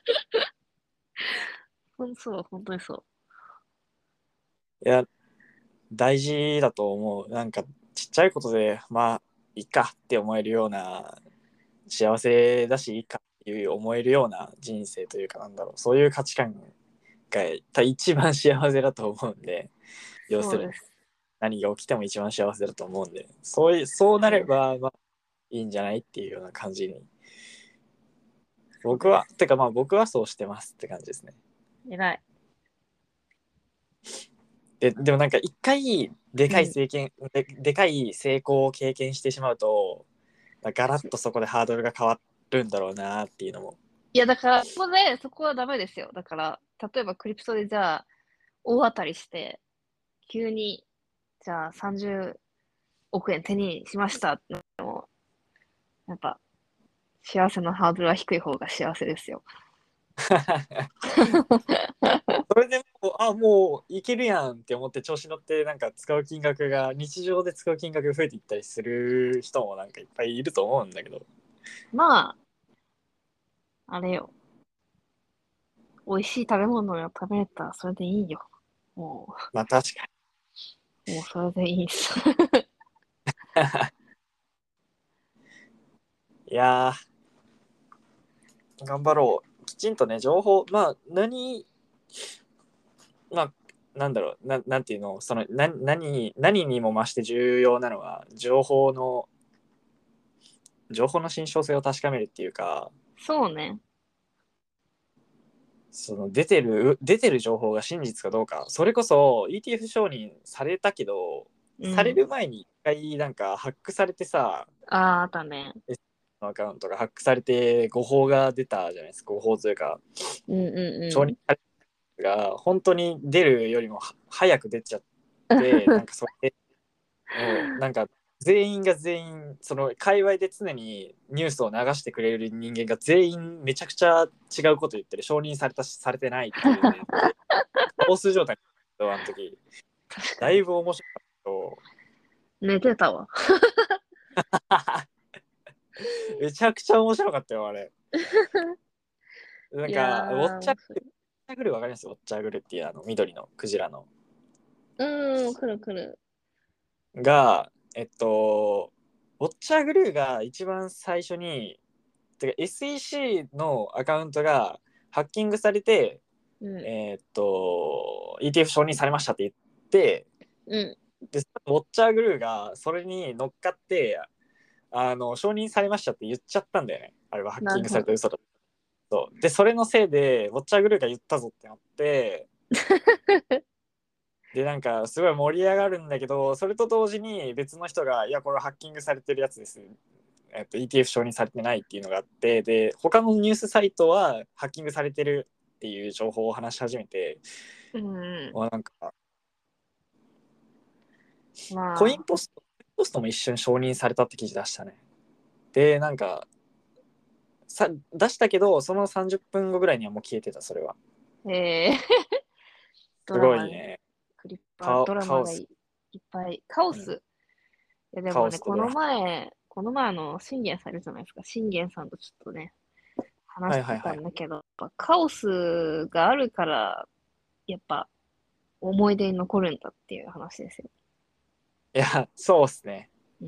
そう、本当にそう。 いや、大事だと思う。なんかちっちゃいことで、まあ、いいかって思えるような、幸せだしいいかっていう思えるような人生というかなんだろう。そういう価値観が一番幸せだと思うんで、要するにそうです。 何が起きても一番幸せだと思うんで、そうなそうです。 れば、まあ、いいんじゃないっていうような感じに。 そうです。 僕はそうしてますって感じですね。 偉い。 でもなんか一回でかいうん。 でかい成功を経験してしまうと、ガラッとそこでハードルが変わるんだろうなっていうのも。 いや、だから、そこはダメですよ。だから、例えばクリプトでじゃあ、大当たりして、急に、じゃあ30億円手にしましたってのも、やっぱ、幸せのハードルは低い方が幸せですよ。 それでもういけるやんって思って調子乗ってなんか使う金額が日常で使う金額が増えていったりする人もなんかいっぱいいると思うんだけど。 まあ、あれよ。美味しい食べ物が食べれたらそれでいいよ。もまあ確かもうそれでいいっす。 に。いやー、頑張ろう。きちんとね、情報、まあ、なんだろう、なんていうの、何にも増して重要なのは、情報の信憑性を確かめるっていうか、 そうね。 その出てる情報が真実かどうか、それこそ ETF 承認されたけど、されうん。 る前に一回なんかハックされてさ、 ああ、あったね。 S のアカウントがハックされて誤報が出たじゃないですか。誤報というか、 うん承認うんされたが本当に出るよりも早く出ちゃって、なんうん。 かそれでもうなんか全員が全員その界隈で常にニュースを流してくれる人間が全員めちゃくちゃ違うこと言ってる、承認されたしされてないっていうのでカオス状態だあの時。 確かに。 だいぶ面白かったけど寝てたわ。 めちゃくちゃ面白かったよあれ。なんいやかー、面白い。 ウォッチャーグルーわかります？ウォッチャーグルーっていう緑のクジラのうーん、くるくる。 がウォッチャーグルーが一番最初にてか SEC のアカウントがハッキングされてうん、 ETF 承認されましたって言って、 うん、 でウォッチャーグルーがそれに乗っかって承認されましたって言っちゃったんだよね。あれはハッキングさなるほど。 れた嘘だと。でそれのせいでウォッチャーグルーが言ったぞってなって、でなんかすごい盛り上がるんだけど、それと同時に別の人がいやこれハッキングされてるやつです、ETF 承認されてないっていうのがあって、で他のニュースサイトはハッキングされてるっていう情報を話し始めて、なんかコインポストも一瞬承認されたって記事出したね。でなんか出したけどその30分後ぐらいにはもう消えてた。それはドすラマね。 ごいね。 クリッパードラマカオス、 がいっぱい。カオうん、 ス。いやでカもね、このオスとドラマ。 前、信玄さんいるじゃないですか。信玄さんとちょっとね、話してたはいはいはい。 んだけど、やっぱカオスがあるから、やっぱ思い出に残るんだっていう話ですよ。 いやそうっすね。 うん。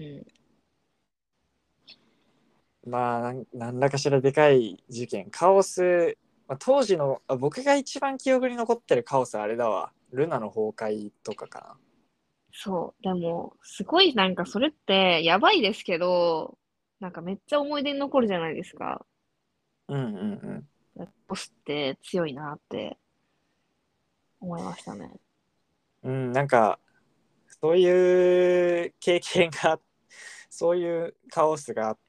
まあ何らかしらでかい事件カオス、まあ、当時の僕が一番記憶に残ってるカオスあれだわ、ルナの崩壊とかかそう。でも、すごいなんかそれってやばいですけど、なんかめっちゃ思い出に残るじゃないですか。 な。うんうんボスって強いなって思いましたね。 うん。なんかそういう経験が、そういうカオスがあって、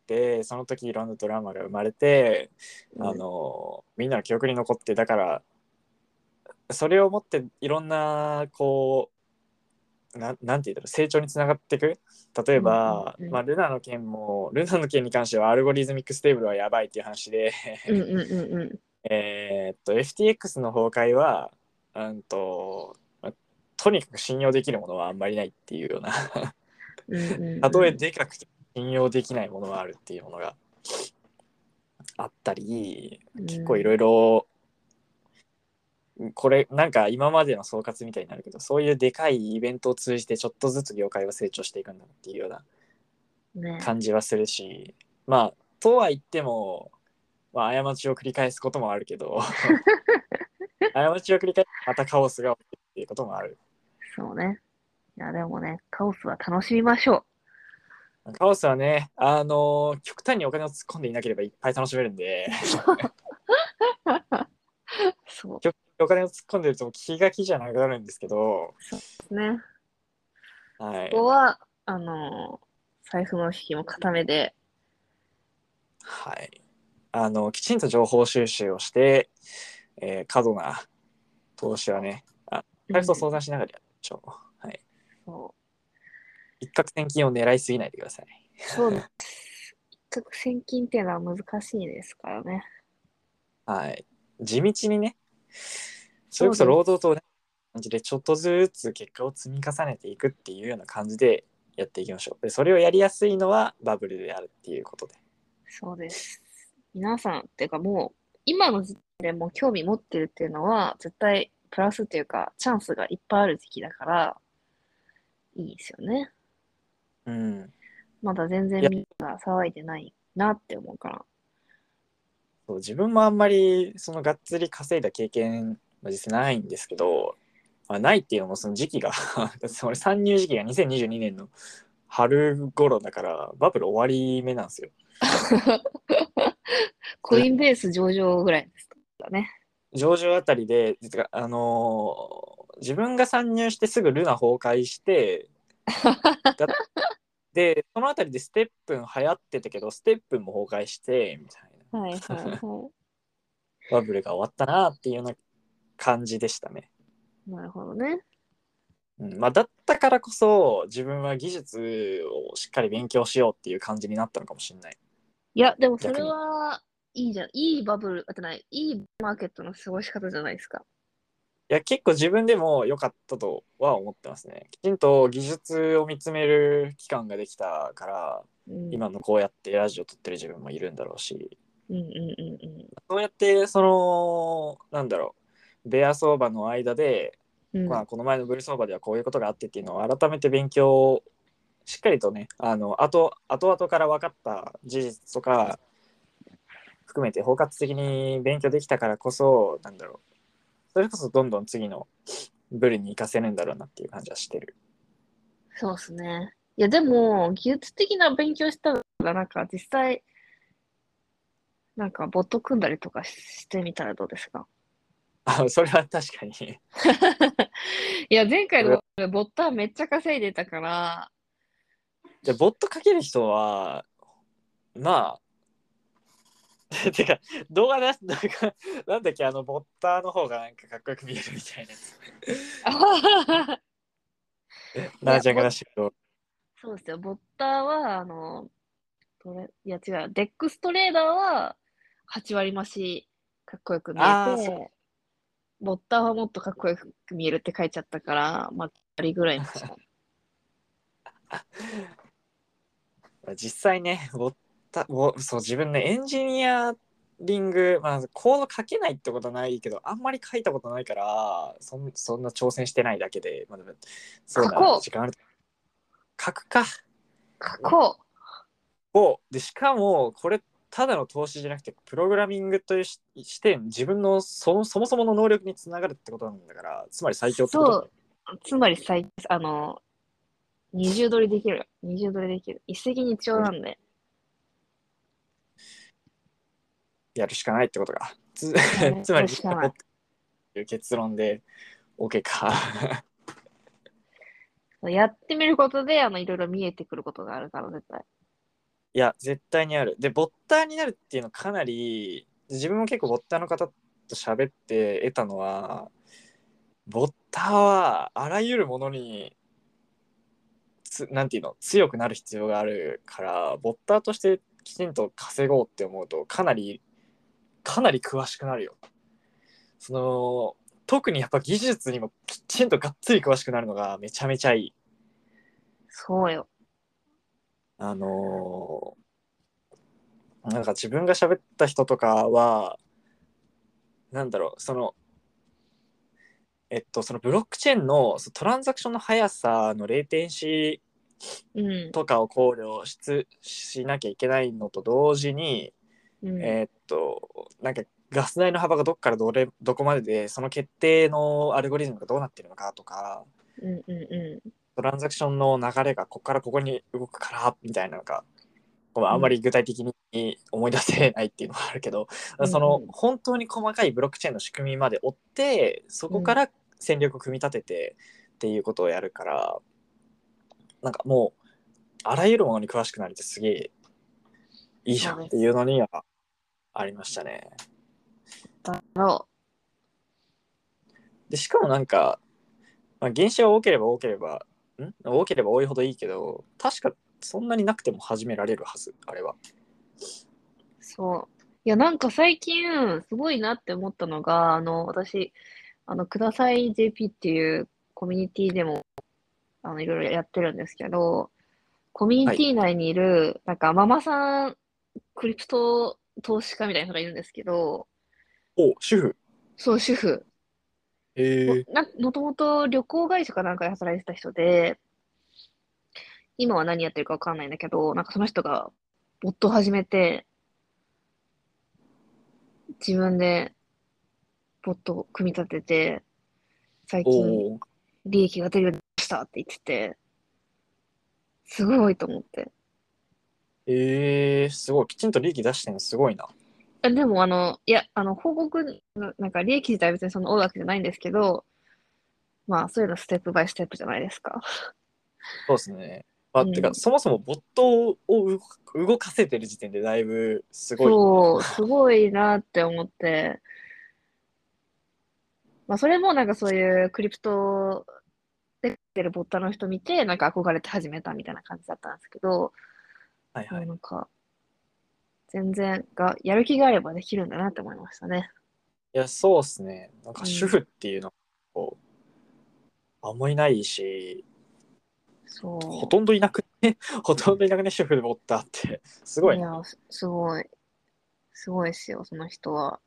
その時いろんなドラマが生まれて、 うん。 みんなの記憶に残って、だからそれをもっていろんなこうなんて言うんだろう、成長につながっていく。例えうんうんば、 うん。 まあ、ルナの件に関してはアルゴリズミックステーブルはやばいっていう話でうんうんうんうん。 FTX の崩壊はうんと、とにかく信用できるものはあんまりないっていうようなうんたとえうでかくて信用できないものがあるっていうものがあったり、 んうん。 結構いろいろこれなんか今までの総括みたいになるけど、そういうでかいイベントを通じてちょっとずつ業界は成長していくんだっていうようなね。 感じはするし、まあとは言っても、まあ、過ちを繰り返すこともあるけど過ちを繰り返してまたカオスが起きるっていうこともある。 そうね。いや、でもね、カオスは楽しみましょカオスはね、極端にお金を突っ込んでいなければいっぱい楽しめるんでう。そう。 極端にお金を突っ込んでると気が気じゃなくなるんですけど、 そうですね。 はい。 ここは、財布の引きも固めで、 はい。きちんと情報収集をして、過度な投資はね、財布とうん、 相談しながらやりましょう。はい。 そう。 一攫千金を狙いすぎないでください。 そうです。一攫千金っていうのは難しいですからね。 はい。地道にね、それこそそうです。 労働と同じ感じでちょっとずつ結果を積み重ねていくっていうような感じでやっていきましょう。で、それをやりやすいのはバブルであるっていうことで。 そうです。皆さん、っていうかもう、今の時点でもう興味持ってるっていうのは、絶対プラスっていうか、チャンスがいっぱいある時期だから、いいですよね。 うん。 まだ全いや、 然みんな騒いでないなって思うから。 そう自分もあんまりそのがっつり稼いだ経験は実際ないんですけど、まあ、ないっていうのもその時期がそれ参入時期が2022年の春頃だからバブル終わり目なんですよ。 コインベース上場ぐらいですかね。 上場あたりで実は自分が参入してすぐルナ崩壊してだでそのあたりでステップン流行ってたけどステップンも崩壊してみたいなはいはいはバブルが終わったなっていうような感じでしたね。 い。なるほどね。 うんまあ、だったからこそ自分は技術をしっかり勉強しようっていう感じになったのかもしれない。 いや、でもそれ逆に。 はいいじゃん。いいバブル、あとない、いいマーケットの過ごし方じゃないですか。 いや結構自分でも良かったとは思ってますね。きちんと技術を見つめる期間ができたからうん。 今のこうやってラジオ撮ってる自分もいるんだろうし、 うんうんうんうん。 そうやってそのなんだろベア相場の間で、 うん。 まあ、この前のブル相場ではこういうことがあってっていうのを改めて勉強しっかりとね後々から分かった事実とか含めて包括的に勉強できたからこそなんだろう、それこそどんどん次のブルに活かせるんだろうなっていう感じはしてる。 そうっすね。 いや、でも、技術的な勉強したら、なんか実際、なんかボット組んだりとかしてみたらどうですか？ あ、それは確かに。 いや、前回それはのボットはめっちゃ稼いでたから、 じゃあボットかける人は、まあ、てか、動画、なんだっけ、ボッターの方がなんかかっこよく見えるみたいなやつ。 いや、 なあちゃんが出してると。 そうですよ。ボッターは、いや違う、デックストレーダーは8割増しかっこよく見えああ、そう。 て、ボッターはもっとかっこよく見えるって書いちゃったから、まあ、割ぐらいにした。 実際ね、そう自分ね、エンジニアリング、まあ、コード書けないってことはないけど、あんまり書いたことないから、そんな挑戦してないだけで、まあ、でもそう書こうな時間あると書くか。 書こで、しかも、これ、ただの投資じゃなくて、プログラミングという視点、自分のそもそもの能力につながるってことなんだから、つまりう。 最強ってこと。 そう。つまり二重取りできるよ。二重取りできる。一石二鳥なんで。 やるしかないってことか。 やるつまり、みんしかない。 な持っている結論で、OK か。 やってみることで、いろいろ見えてくることがあるから、絶対。 いや、絶対にある。で、ボッターになるっていうのかなり、自分も結構ボッターの方と喋って得たのは、ボッターはあらゆるものになんていうの、強くなる必要があるから、ボッターとしてきちんと稼ごうって思うと、かなり詳しくなるよ。その、特にやっぱ技術にもきちんとがっつり詳しくなるのがめちゃめちゃいい。 そうよ。 あのなんか自分が喋った人とかは、なんだろう、そのブロックチェーンのトランザクションの速さのレイテンシうん。 ーとかを考慮しなきゃいけないのと同時に、 うん。 なんかガス代の幅がどこまでで、その決定のアルゴリズムがどうなってるのかとか、 うんうんうトランザクションの流れがここからここに動くからみたいなのが、あん。うん。 んまり具体的に思い出せないっていうのはあるけど、 うんそのう本当に細かいブロックチェーンの仕組みまで追って、そん。うん。 こから戦略を組み立ててっていうことをやるから、なんかもう、あらゆるものに詳しくなるってすげえいいじゃんっていそうです。 うのにはありましたね。 だろで、しかもなんか、まあ、原資は多ければ多いほどいいけど、確かそんなになくても始められるはず、あれは。 う。そう。いや、なんか最近、すごいなって思ったのが、私、ください JP っていうコミュニティでも、いろいろやってるんですけど、コミュニはい。 ティ内にいる、なんか、ママさん、クリプト投資家みたいな人がいるんですけど、 主婦。 そう、主婦。 へえ。 もともと旅行会社かなんかで働いてた人で、今は何やってるかわかんないんだけど、なんかその人が、ボットを始めて、自分でボットを組み立てて、最近おお。 利益が出るようになりましたって言ってて、すごいと思って。 すごい。きちんと利益出してるのすごいな。 でもいや、報告、なんか利益自体は別にその多いわけじゃないんですけど、まあそういうのステップバイステップじゃないですか。 そうですね。まあ、てか、 うん。 そもそもボットを動かせてる時点でだいぶすごいよね。 そう、すごいなって思って、まあそれもなんかそういうクリプトでてるボッタの人見て、なんか憧れて始めたみたいな感じだったんですけど、 はいはい。 もうなんか全然やる気があればできるんだなって思いましたね。 いや、そうっすね。なんか主婦うん。 っていうのこあんまりないし、ほそとんどいなくね、ほとんどいなくね、主婦でボッターって。すう。 ごいな。 いや、すごい。すごいですよ、その人は。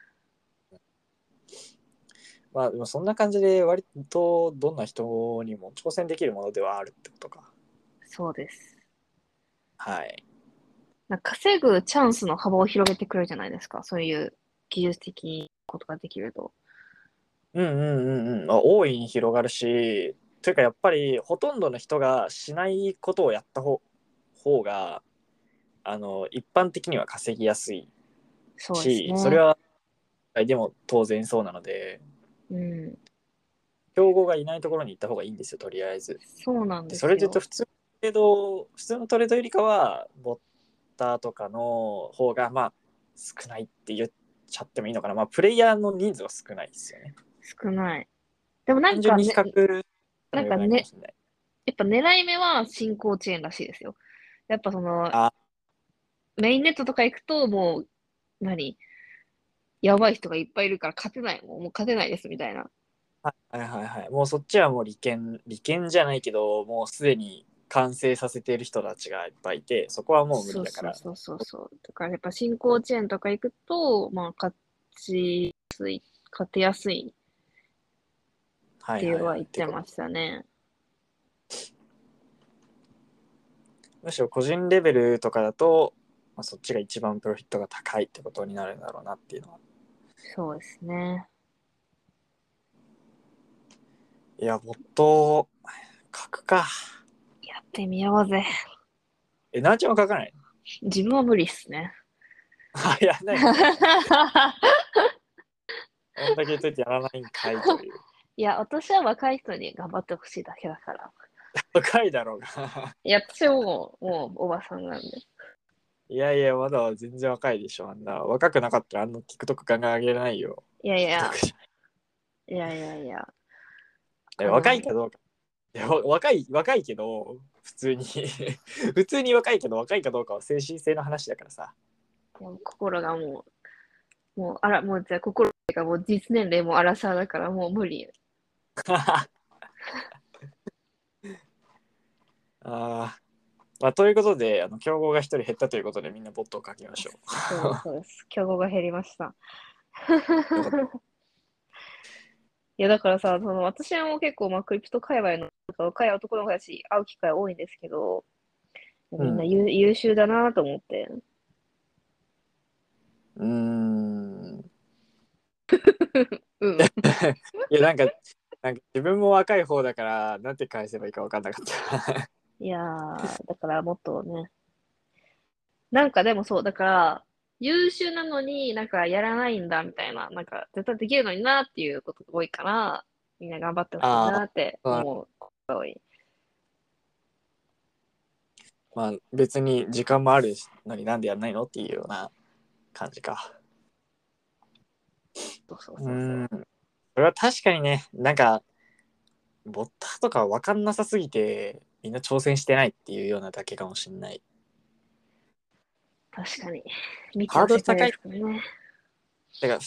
まあ、でもそんな感じで割とどんな人にも挑戦できるものではあるってことか。 そうです。 はい。 なんか稼ぐチャンスの幅を広げてくれるじゃないですか。そういう技術的ことができると。 うんうんうんうん。まあ、大いに広がるし、 というかやっぱりほとんどの人がしないことをやった方が一般的には稼ぎやすいそうですし、それね。 はでも当然そうなので、 うん。 競合がいないところに行った方がいいんですよ、とりあえず。 そうなんでそれで言うとですよ。 普通のトレードよりかはボッターとかの方がまあ少ないって言っちゃってもいいのかな。まあプレイヤーの人数は少ないですよね。 少ない。でもなん単純に比かね、 較してもよくないかもなんかね、 しれない。 やっぱ狙い目は新興チェーンらしいですよ。やっぱその、 あ、 メインネットとか行くともう、やばい人がいっぱいいるから勝てない。もう勝てないですみたいな。 はいはいはい。もうそっちはもう利権じゃないけど、もうすでに完成させている人たちがいっぱいいて、そこはもう無理そうだから。 そうそうそうそう。だからやっぱ新興チェーンとか行くと、まあ勝てやすいっはいていうのははいはい。 言ってましたね。 むしろ個人レベルとかだと、まあ、そっちが一番プロフィットが高いってことになるんだろうなっていうのは。 そうですね。 いや、ボット書くか。 やってみようぜ。 なんちゃんは書かないの？ 自分は無理っすね。 あ、やらないんかい。こんだけ言っといてやらないんかいという。 いや、私は若い人に頑張ってほしいだけだから。 高いだろうが。 いや、私はもうおばさんなんで。 いやいや、まだ全然若いでしょ。あんな。若くなかったらTikTok ガンガン上げれないよ。 いやい TikTok や、 じいやいやいや、 ゃない。若いかどうか。いや若いけど、普通に普通に若いけど、若いかどうかは精神性の話だからさ。 もう心がもうじゃあ心がもう実年齢も荒さだからもう無理。 あまあ、ということで、競合が一人減ったということで、みんなボットを書きましょそうです、そうです。競合が減りました。 う。よかっいや、だからさ、私も結構、まあ、クリプト界隈の若い男の子たち会う機会多いんですけど、 た。うん。 優秀だなと思って。 うーん。 うん。 いや、なんか自分も若い方だから、なんて返せばいいか分かんなかった。 いやー、だからもっとね、なんかでもそう、だから、優秀なのになんかやらないんだみたいな、なんか絶対できるのになっていうことが多いから、みんな頑張ってほしいあなってあ、 思うことが多い。 まあ別に時間もあるのになんでやんないのっていうような感じか。 そうそううそうそう。 ん。それは確かにね、なんか、ボッターとか分かんなさすぎて、みんな挑戦してないっていうようなだけかもしんない。 確かに。見てハーの世界でドル高い。 すからね。 だから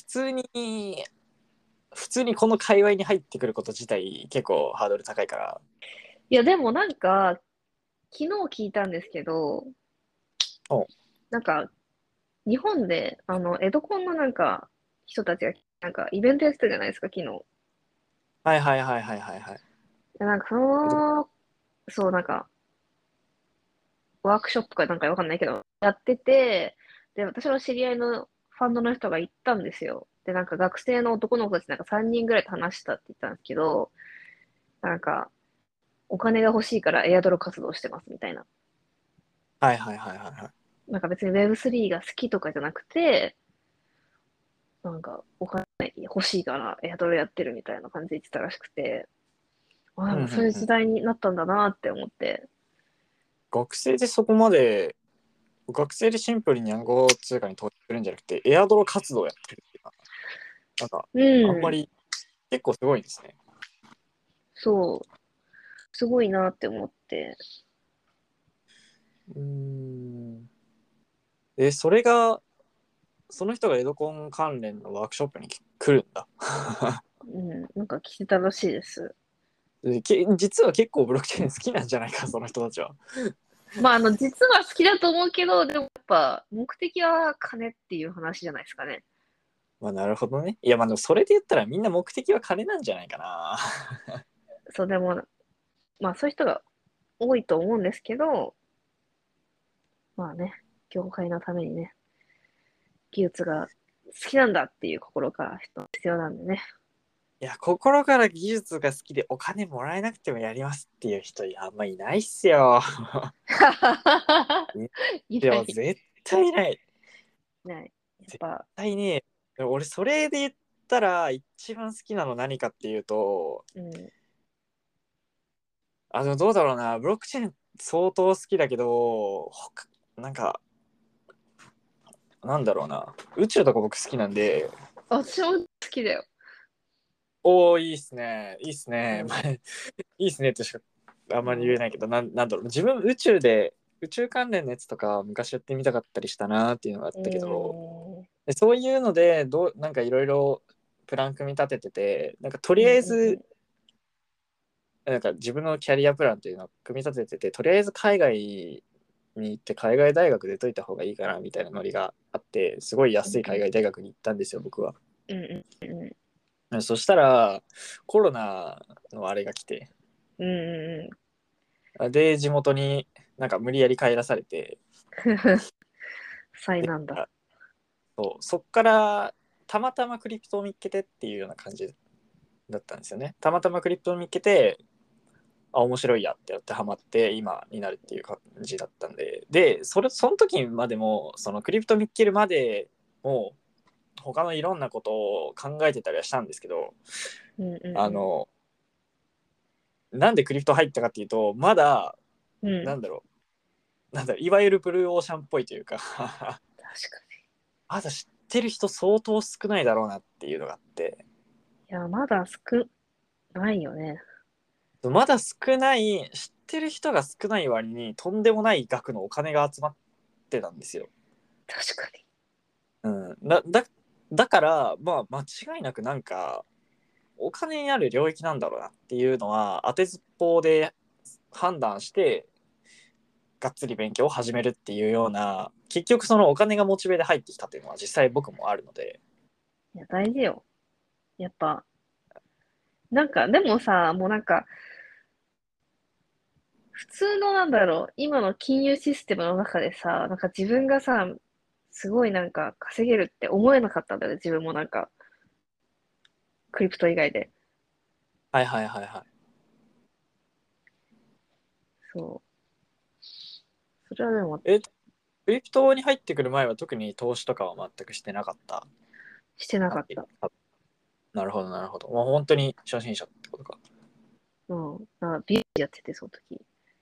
普通にこの界隈に入ってくること自体結構ハードル高いから。 いや、でもなんか、昨日聞いたんですけど、 お、 なんか、日本で、江戸コンのなんか、人たちが、なんか、イベントやってたじゃないですか、昨日。 はいはいはいはいはいはい。 でなんか、そう、なんか、ワークショップかなんかわかんないけど、やってて、で、私の知り合いのファンドの人が行ったんですよ。で、なんか学生の男の子たちなんか3人ぐらいと話したって言ったんですけど、なんか、お金が欲しいからエアドロ活動してますみたいな。 はいはいはいはいはい。 なんか別に Web3 が好きとかじゃなくて、なんかお金欲しいからエアドロやってるみたいな感じで言ってたらしくて、あ、でうんうんもそういううん。 時代になったんだなって思って、 学生でそこまで、学生でシンプルに暗号通貨に投資するんじゃなくて、エアドロ活動やってるっていうか、なんか、 うん、 あんまり、結構すごいですね。 そう、すごいなって思って、 うーん。それが、その人がエドコン関連のワークショップに来るんだ。 うん、なんか聞いてたらしいです。 実は結構ブロックチェーン好きなんじゃないか、その人たちは。 まあ、実は好きだと思うけど、でもやっぱ、目的は金っていう話じゃないですかね。 まあなるほどね。いやまあでもそれで言ったらみんな目的は金なんじゃないかな。 そう、でも、まあ、そういう人が多いと思うんですけど、まあね、業界のためにね、技術が好きなんだっていう心が必要なんでね。 いや、心から技術が好きでお金もらえなくてもやりますっていう人あんまいないっすよ。いや、 いない、 絶対いない。 いない。やっ絶ぱ、 対ね。俺、それで言ったら、一番好きなの何かっていうと、 うん、 どうだろうな、ブロックチェーン相当好きだけど、なんか、なんだろうな、宇宙とか僕好きなんで、 私も好きだよ。 おー、いいっすね、いいっすね、まあ、 うん、 いいっすねとしかあんまり言えうん、 ないけど、なんだろう、自分宇宙で、宇宙関連のやつとか昔やってみたかったりしたなっていうのがあっうたけど、 ん、 でそういうのでなんかいろいろプラン組み立ててて、なんかとりあうん、 えず、 うん、 なんか自分のキャリアプランっていうのを組み立ててて、とりあえず海外に行って海外大学出といた方がいいかなみたいなノリがあって、すごいうん、 安い海外大学に行ったんですよ、僕は。 うん、うそしたら、コロナのあれが来て、 ん、うん、 で、地元になんか無理やり帰らされて、 災難だ。 そっからたまたまクリプトを見っけてっていうような感じだったんですよね。たまたまクリプトを見っけて、面白いやってやってハマって今になるっていう感じだったんで、でその時までもそのクリプト見っけるまでも他のいろんなことを考えてたりはしたんですけど、 うん、うあのなんでクリプト入ったかっていうと、まだん、うん。うん、 なんだろいわゆるブルーオーシャンっぽいというか確かまだ知ってる人相当少ないだろうなっていうのがあって、 に。いや、まだ少ないよね。 まだ少ない、知ってる人が少ない割にとんでもない額のお金が集まってたんですよ。 確かに。 うん、だから、まあ、間違いなくなんかお金になる領域なんだろうなっていうのは当てずっぽうで判断して、がっつり勉強を始めるっていうような、結局そのお金がモチベで入ってきたっていうのは実際僕もあるので。 いや、大事よ。やっぱ、なんか、でもさ、もうなんか、普通のなんだろう、今の金融システムの中でさ、なんか自分がさ、すごいなんか稼げるって思えなかったんだよね、自分もなんか、クリプト以外で。 はいはいはいはい。 そう。それはでも、 え、クリプトに入ってくる前は特に投資とかは全くしてなかったしてな感じ？ かった。 なるほどなるほど。もう本当に初心者ってことか。 うん。なんか美容師やってて、その時。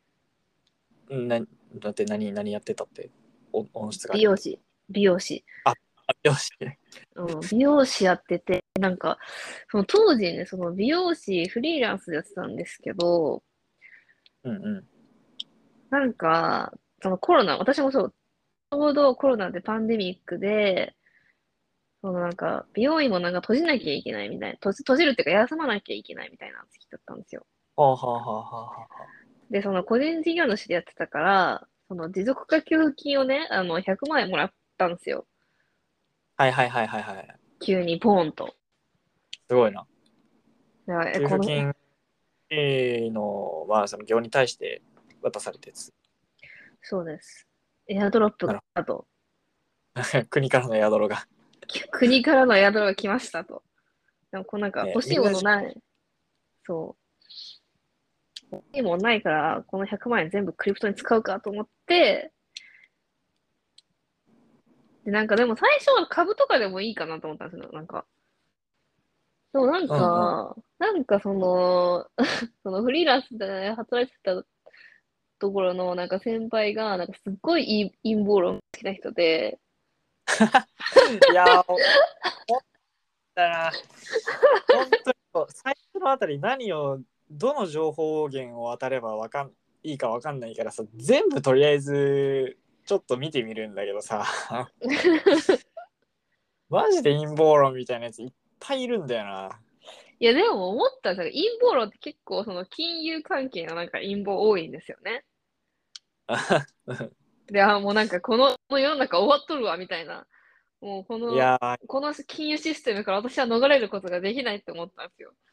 だって何やってたって、音質が悪いって。 美容師。美容師。 あ、よし。 うん。美容師やってて、なんか、その当時ね、その美容師フリーランスでやってたんですけど、 うんうん。 なんか、そのコロナ、私もそう、ちょうどコロナでパンデミックで、そのなんか、美容院もなんか閉じなきゃいけないみたいな、閉じるっていうか休まなきゃいけないみたいな時期だったんですよ。 はあはあはあはあはで、その個人事業主でやってたから、その持続化給付金をね、100万円もらったんですよ。 あ。はいはいはいはいはい。 急にポーンと。 すごいな。 だから給付金の、まあ、その業に対して渡されたやつ。 そうです。エアドロップなるがと。 ほど。国からの宿が。 国からのエアドロップが来ましたと。でも、こうなんかね、 欲しいものない。そう。欲しいものないから、この100万円全部クリプトに使うかと思って、で、なんかでも最初は株とかでもいいかなと思ったんですよ。なんか。でもなんうんうん。 か、なんかその、そのフリーランスで働いてたところのなんか先輩が、なんかすっごい陰謀論好きな人で、 いやー、思ったな。本当に最初のあたりどの情報源を当たればいいかわかんないからさ、全部とりあえずちょっと見てみるんだけどさ、マジで陰謀論みたいなやついっぱいいるんだよな。 いやでも思ったんですよ。陰謀論って結構その金融関係のなんか陰謀多いんですよね。で、もうなんかこの世の中終わっとるわ、みたいな。もういやー、 この金融システムから私は逃れることができないって思ったんですよ。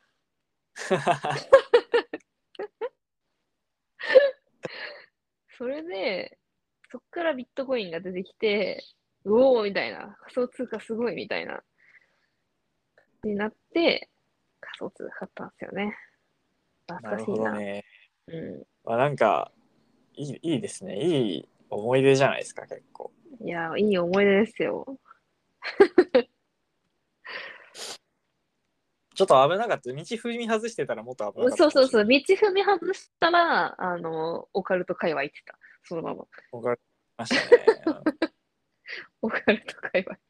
それで、そっからビットコインが出てきて、うおーみたいな、仮想通貨すごいみたいな、になって、 仮想通貨買ったんですよね。 なる懐かしいな。 ほどね。 うん。 なんかいいですね。いい思い出じゃないですか、結構。 いや、いい思い出ですよ。 ちょっと危なかった。道踏み外してたらもっと危なかっそうそうそう。 たかもしれない。 道踏み外したら、オカルト界隈行ってた。そのまま。 僕はましたね。 オカルト界隈。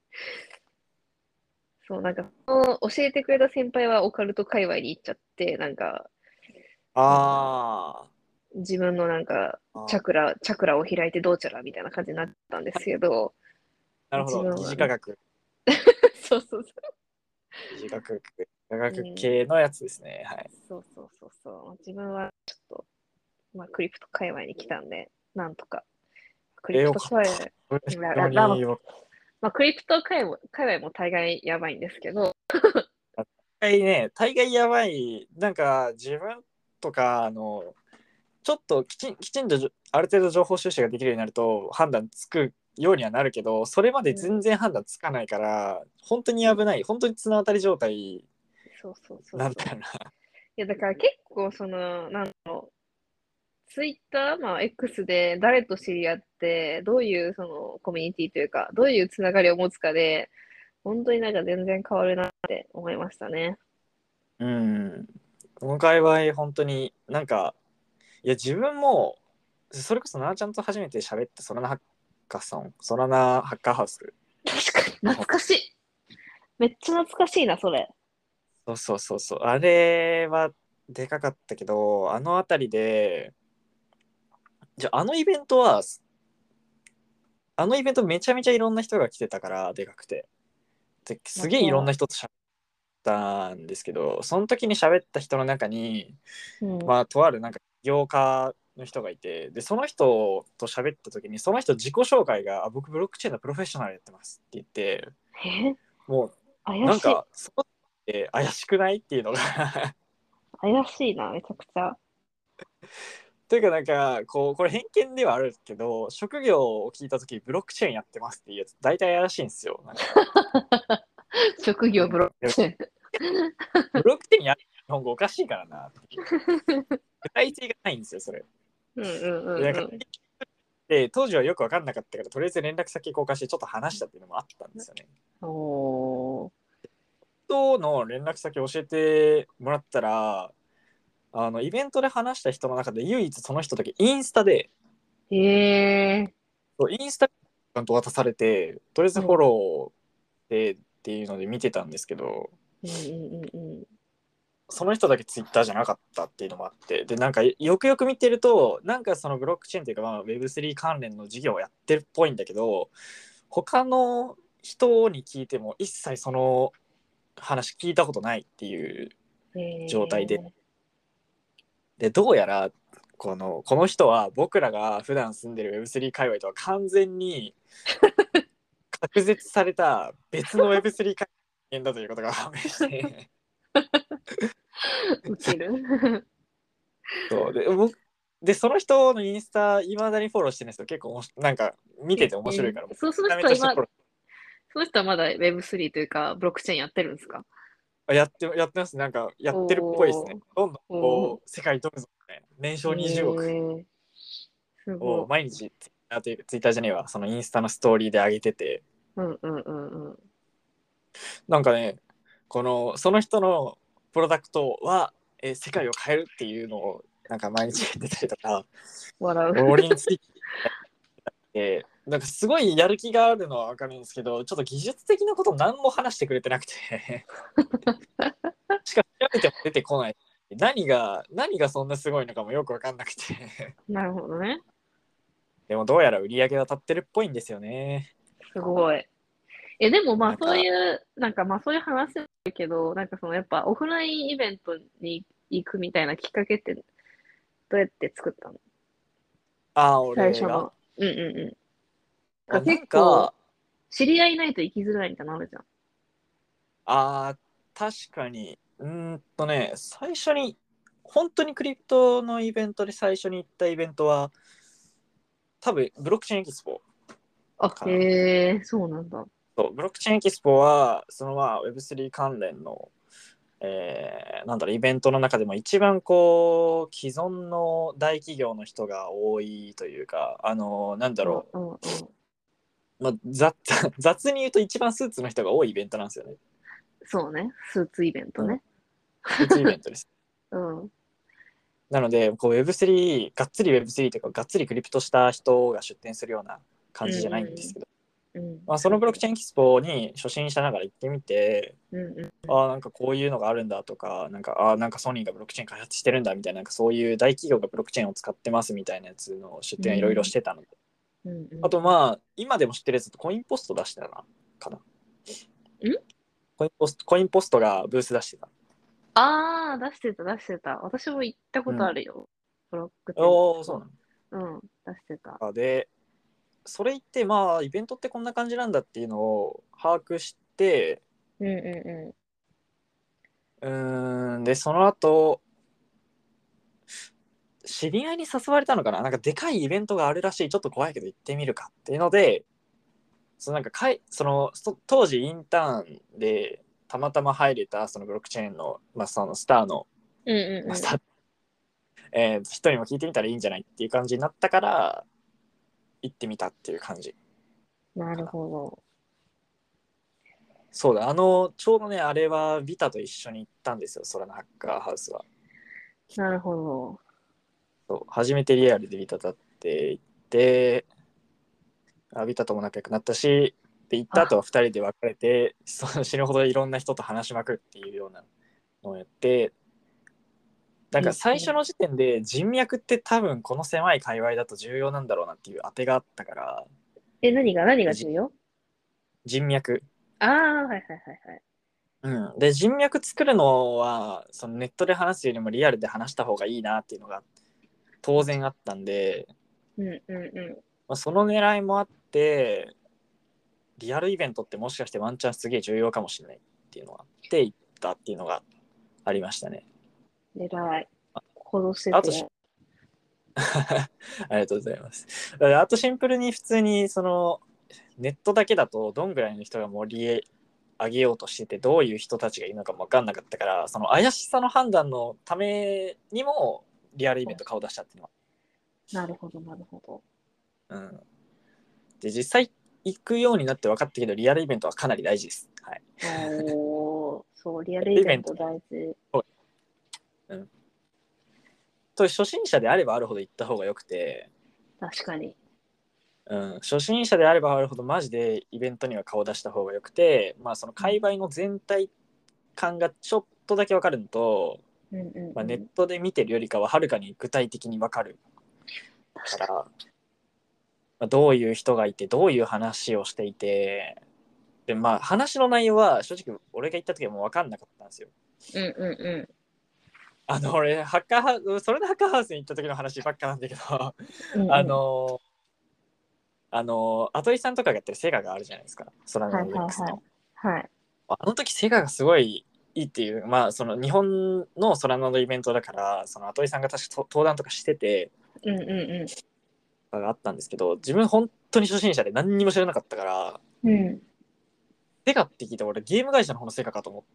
そう、なんか、その教えてくれた先輩はオカルト界隈に行っちゃって、なんか、あの、 あ自分のなんか、 ーあチャクラを開いてどうちゃらみたいな感じになったんですけど、 なるほど。 自分は、 疑似科学、 そうそうそ疑似科学、科う。う学ん。 系のやつですね。はい。 そうそうそうそう。自分はちょっと、まあ、クリプト界隈に来たんで、なんとか。クリプよトかった。 界隈、 これ非ラララ常によかっまあ、クリプト界隈も大概やばいんですけど、 た。大概ね、大概やばい。なんか自分とか、ちょっときちんとある程度情報収集ができるようになると判断つくようにはなるけど、それまでうん、 全然判断つかないから、本当に危ない、本当に綱渡り状態そうそうそうそう。いなんだよな。 や、だから結構、ツイッター、まあ、X で誰と知り合って、どういうそのコミュニティというか、どういうつながりを持つかで、本当になんか全然変わるなって思いましたね。 うん。この界隈、本当になんか、いや、自分も、それこそなーちゃんと初めて喋ったソラナハッカーソン、ソラナハッカーハウス確かに、 の方。 懐かしい。めっちゃ懐かしいな、それ。 そうそうそうそう。あれはでかかったけど、あの辺りで、じゃあ、あのイベントめちゃめちゃいろんな人が来てたから、でかくて。ですげえいろんまた、 な人と喋ったんですけど、その時に喋った人の中に、 うん。 まあ、とあるなんか起業家の人がいて、で、その人と喋った時に、その人自己紹介が、僕ブロックチェーンのプロフェッショナルやってますって言って、 えもう、なん怪しい。 か、そこって怪しくないっていうのが怪しいな、めちゃくちゃ。 というかなんか、これ偏見ではあるけど、職業を聞いた時ブロックチェーンやってますっていうやつ、大体怪しいんですよ。なんか、 職業ブロックチェーン。 ブロックチェーンやる日本語おかしいからなっていう。具体性がないんですよ、それ。 うんうんうで、なんか、 んうん。 当時はよく分かんなかったから、とりあえず連絡先交換してちょっと話したっていうのもあったんですよね。 お人の連絡先教えてもらったら、イベントで話した人の中で唯一その人だけインスタで、 ー。へえ。 インスタちゃんと渡されて、とりあえずフォうん。 ローでっていうので見てたんですけど、 うんうんうんうん。 その人だけツイッターじゃなかったっていうのもあって、で、なんかよくよく見てると、なんかそのブロックチェーンというか、まあ、Web3 関連の事業をやってるっぽいんだけど、他の人に聞いても一切その話聞いたことないっていうへ状態で、 え。 で、どうやら、この人は僕らが普段住んでる Web3 界隈とは完全に隔絶された別の Web3 界隈だということが判明してウケる。 そうで僕でその人のインスタいまだにフォローしてるんですよ。結構なんか見てて面白いから、 そう、その人は今、 めちゃめちゃしてフォロその人はまだ Web3 というか、ブロックチェーンやってるんですか？ ーやってます。なんかやってるっぽいですね。 おー、 どんどんおー、 世界飛ぶぞみたいな。年へ商20億え、すごい。 を毎日ツイッターじゃねえわ、そのインスタのストーリーで上げてて、 うんうんうんうん。 なんかね、その人のプロダクトは、世界を変えるっていうのをなんか毎日言ってたりとか、 笑う。 俺について、なんかすごいやる気があるのは分かるんですけど、ちょっと技術的なこと何も話してくれてなくてしかも調べても出てこない。何がそんなすごいのかもよく分かんなくてなるほどね。 でもどうやら売り上げは立ってるっぽいんですよね。 すごい。でもまあなんか、 そういう話だけど、なんかそのやっぱオフラインイベントに行くみたいなきっかけってどうやって作ったの？最俺が初の。うんうんうん。 なん結構、 か、 知り合いないと行きづらいみたいなのあるじゃん。 確かに。最初に、本当にクリプトのイベントで最初に行ったイベントは、多分、ブロックチェーンエキスポあ、 かな。 へえ、そうなんだ。 そうブロックチェーンエキスポは、そのまあ Web3 関連の、 なんだろう、イベントの中でも一番こう既存の大企業の人が多いというか、なんだろうんうんうん。 う、まあ、雑に言うと一番スーツの人が多いイベントなんですよね。 そうね。スーツイベントうん、 ね。 スーツイベントです。 うん。うんなので、こう Web3、がっつり Web3 というか、がっつりクリプトした人が出展するような感うじじゃないんですんけど、 うん。うん。 まあ、そのブロックチェーンエキスポに初心者ながら行ってみて、 うんうんなんかこういうのがあるんだとか、なんかソニーがブロックチェーン開発してるんだみたいな、なんかそういう大企業がブロックチェーンを使ってますみたいなやつの出うん。 展はいろいろしてたので。 うんうん。 あとまあ、今でも知ってるやつだとコインポスト出してたかな。コインポストがブース出してた。 ああー、出してた、出してた。私も行ったことあうん。 るよ。ブロックチェーンエキスポ。 そうなうん、出してた。 ので、それ言ってまあ、イベントってこんな感じなんだっていうのを把握して、 うんうで、その後、知り合いに誘われたのかな、なんかでかいイベントがあるらしい、ちょっと怖いけど行ってみるかっていうので、そのなんか当時インターンでたまたま入れたそのブロックチェーンの、まあ、そのスターの、 ん。うんうんうまあ、人にも聞いてみたらいいんじゃないっていう感じになったから行ってみたっていう感じん。なるかな。 ほそうだ、ちょうどね、あれはビタと一緒に行ったんですよ、ソラのハッカーハウスは。 ど。なるほど。 そう初めてリアルでビタだって行って、ビタとも仲良くなったし、で行った後あ、 は2人で別れて、その死ぬほどいろんな人と話しまくるっていうようなのをやって、なんかいいですね。 最初の時点で人脈って多分この狭い界隈だと重要なんだろうなっていう当てがあったから、 え、何がで重要？ 人脈、 ああー、はいはいはいはい。 うん、で人脈作るのはそのネットで話すよりもリアルで話した方がいいなっていうのが当然あったんで、 うんうんうまあ、その狙いもあってリアルイベントってもしかしてワンチャンすげえ重要かもしれないっていうのがあって行ったっていうのがありましたね。 ん。偉い。行動してあとて。 ありがとうございます。あとシンプルに普通にそのネットだけだとどんぐらいの人が盛り上げようとしててどういう人たちがいるのかも分かんなかったから、その怪しさの判断のためにもリアルイベント顔出したっていうのなるほど、なるほど。 は、うん、で実際行くようになって分かったけどリアルイベントはかなり大事です。はい。 おー、そう、リアリルイベントアルイベント、 大事。 うん、と初心者であればあるほど行った方がよくて、 確かに。 うん、初心者であればあるほどマジでイベントには顔出した方がよくて、まあそのうん界隈の全体感がちょっとだけ分かるのと、 うんうんまあ、ネッうん。 トで見てるよりかははるかに具体的に分かるから、 確かまあ、どういう人がいてどういう話をしていて、でまあ話の内容は正直俺が言った時はもう分かんなかったんですよ。 に。うんうんう俺それでハッカーハウスに行った時の話ばっかなんだけどん。うんあうん。 のアトリさんとかがやってるセガがあるじゃないですか、ソラナはいノレックスの。 はいはい。はい。 あの時セガがすごいいいっていう、まあその日本のソラナのイベントだから、そのアトリさんが確か登壇とかしててうんうがあったんですけど、自分本当に初心者で何にも知らなかったから、 んうん。うん。 セガって聞いたら俺ゲーム会社の方のセガかと思って、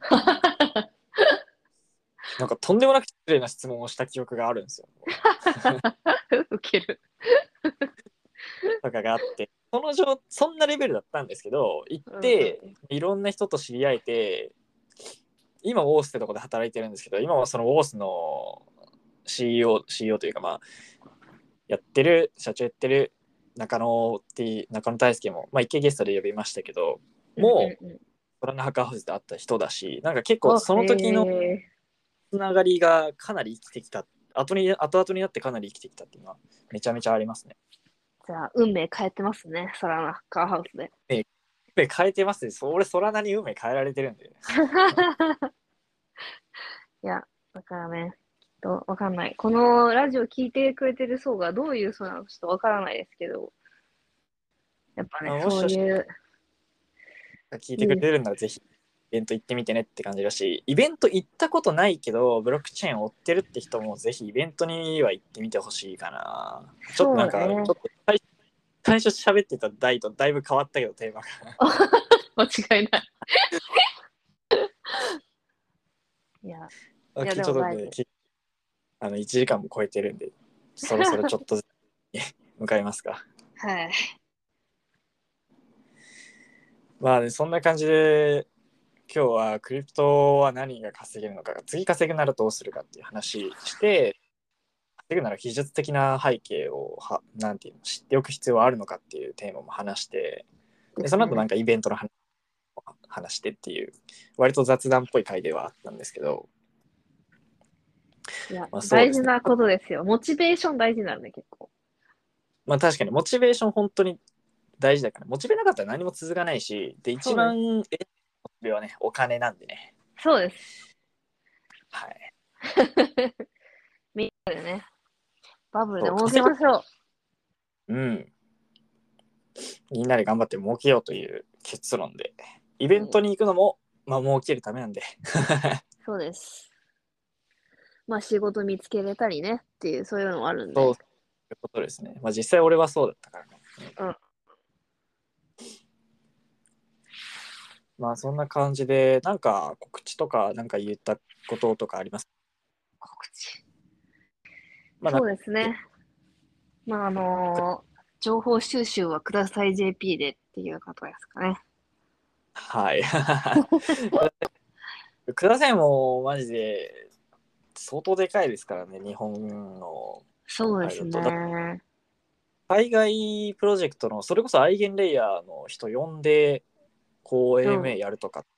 なんかとんでもなく失礼な質問をした記憶があるんですよ。 ウケる。 とかがあって、そんなレベルだったんですけど、行っうんうてん。 いろんな人と知り合えて、今ウォースってとこで働いてるんですけど、今はそのウォースの CEO というか、まあ社長やってる中野大輔も、まあ、一回ゲストで呼びましたけど、 うんもううんうん。 トランハカハウスで会った人だし、なんか結構あ、 その時のへえ。 つながりがかなり生きてきた、後々になってかなり生きてきたっていうのはめちゃめちゃありますね。 じゃあ、運命変えてますね。ソラナカーハウスで。 運命変えてますね。俺、そらなに運命変えられてるんで。 いや、だからね、きっとわかんない。このラジオ聞いてくれてる層がどういう層なのかちょっとわからないですけど、やっぱね、 もしかしそういう、 たら聞いてくいい、 れるならぜひイベント行ってみてねって感じだし、イベント行ったことないけど、ブロックチェーンを追ってるって人もぜひイベントには行ってみてほしいかな。ちょっとなんか、ちょそうだね。 っと最初喋ってた題とだいぶ変わったけど、テーマが。 間違いない。 いや、 ちょっでも大事。 とね、1時間も超えてるんで、そろそろちょっとずつ向かいますか。 はい。 まあね、そんな感じで、今日はクリプトは何が稼げるのか、次稼ぐならどうするかっていう話して、稼ぐなら技術的な背景をなんていうの知っておく必要はあるのかっていうテーマも話して、でその後なですね。 んかイベントの話してっていう、割と雑談っぽい回ではあったんですけど、 いや、 まあそうですね。 大事なことですよ。モチベーション大事なんで、結構。 まあ確かにモチベーション本当に大事だから、モチベなかったら何も続かないし、で、一番そうです。 モチベはね、お金なんでね。 そうです。 はい。 みんなでね、バブルでそう、 儲けましょう。 うん。みんなで頑張って儲けようという結論で、イベントに行くのも、まあ儲けるためなんで。 そうです。まあ仕事見つけれたりねっていう、そういうのもあるんで。 そういうことですね。まあ実際俺はそうだったからね。 うん。 まあそんな感じで、なんか告知とかなんか言ったこととかあります？ 告知。 まあなんか、 そうですね。まあ情報収集はください JP でっていうことですかね。 はい。くださいもマジで相当でかいですからね、日本のそうですあれだと。 ね。 海外プロジェクトの、それこそアイゲンレイヤーの人呼んで、こうそ AMA やるとかって、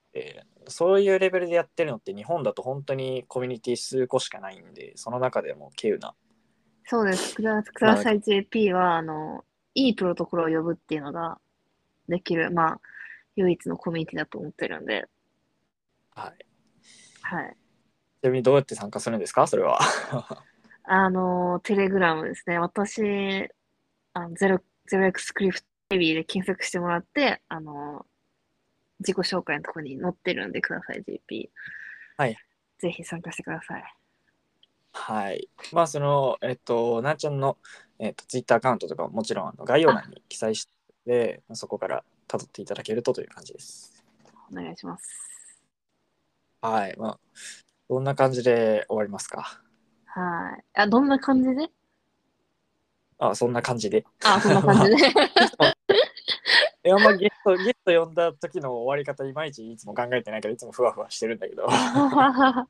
そういうレベルでやってるのって日本だと本当にコミュニティ数個しかないんで、その中でも稀有な。 そうです。くまあなんか、 ださい JP は、いいプロトコルを呼ぶっていうのができる、まあ、唯一のコミュニティだと思ってるんで、 はい。 はい。 ちなみにどうやって参加するんですか、それは？ テレグラムですね。私、ゼロエクスクリプトベビーで検索してもらって、自己紹介のところに載ってるんでください、JP。 はい。 ぜひ参加してください。 はい。まあ、なーちゃんの、ツイッターアカウントとかももちろん概要あ、 欄に記載して、そこから辿っていただけるという感じです。 お願いします。 はい。まあ、どんな感じで終わりますか？ はい。あ、どんな感じで？ あ、そんな感じで。 あ、そんな感じで。 まあ、いつも、あんまゲスト呼んだ時の終わり方、いまいちいつも考えてないから、いつもふわふわしてるんだけど。 は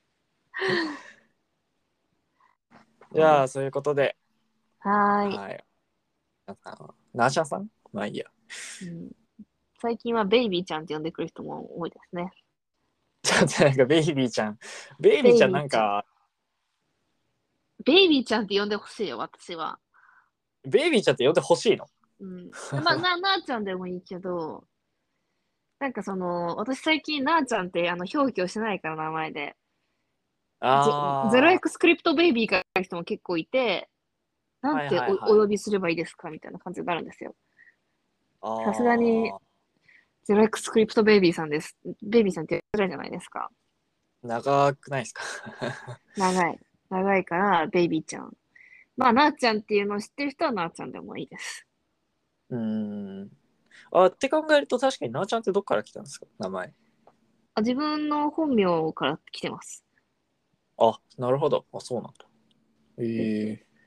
じゃあ、そういうことで、 ーい。 はい。ナーシャさんまあいいや。 うん、最近はベイビーちゃんって呼んでくる人も多いですね。 ちょっとなんか、ベイビーちゃんベイビーちゃん。 なんか、 ベイビーちゃんって呼んでほしいよ、私は。 ベイビーちゃんって呼んでほしいの？ うん。まあ、なーちゃんでもいいけど、なんか私最近なーちゃんって表記をしてないから名前で。ゼロエあクスクリプトベイビーから来る人も結構いて、なあ、はいんてはいはい。 お呼びすればいいですかみたいな感じになるんですよ。さすがに、 ああ、 ゼロエクスクリプトベイビーさんです。ベイビーさんって言ってるじゃないですか。 長くないですか？ 長い。長いから、ベイビーちゃん。まあ、なーちゃんっていうのを知ってる人はなーちゃんでもいいです。 うーん。あ、って考えると確かになーちゃんってどっから来たんですか、名前？ あ、自分の本名から来てます。 あ、なるほど。あ、そうなんだ。 そうそう。 ええ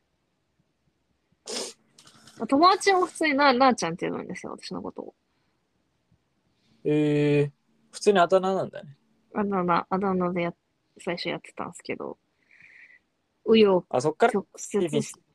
まあ友達も普通になーちゃんって言うんですよ、私のことを。 ええ普通にあだ名なんだね。 あだ名で最初やってたんですけど、紆余あ、そっから曲ベイビー。 折して、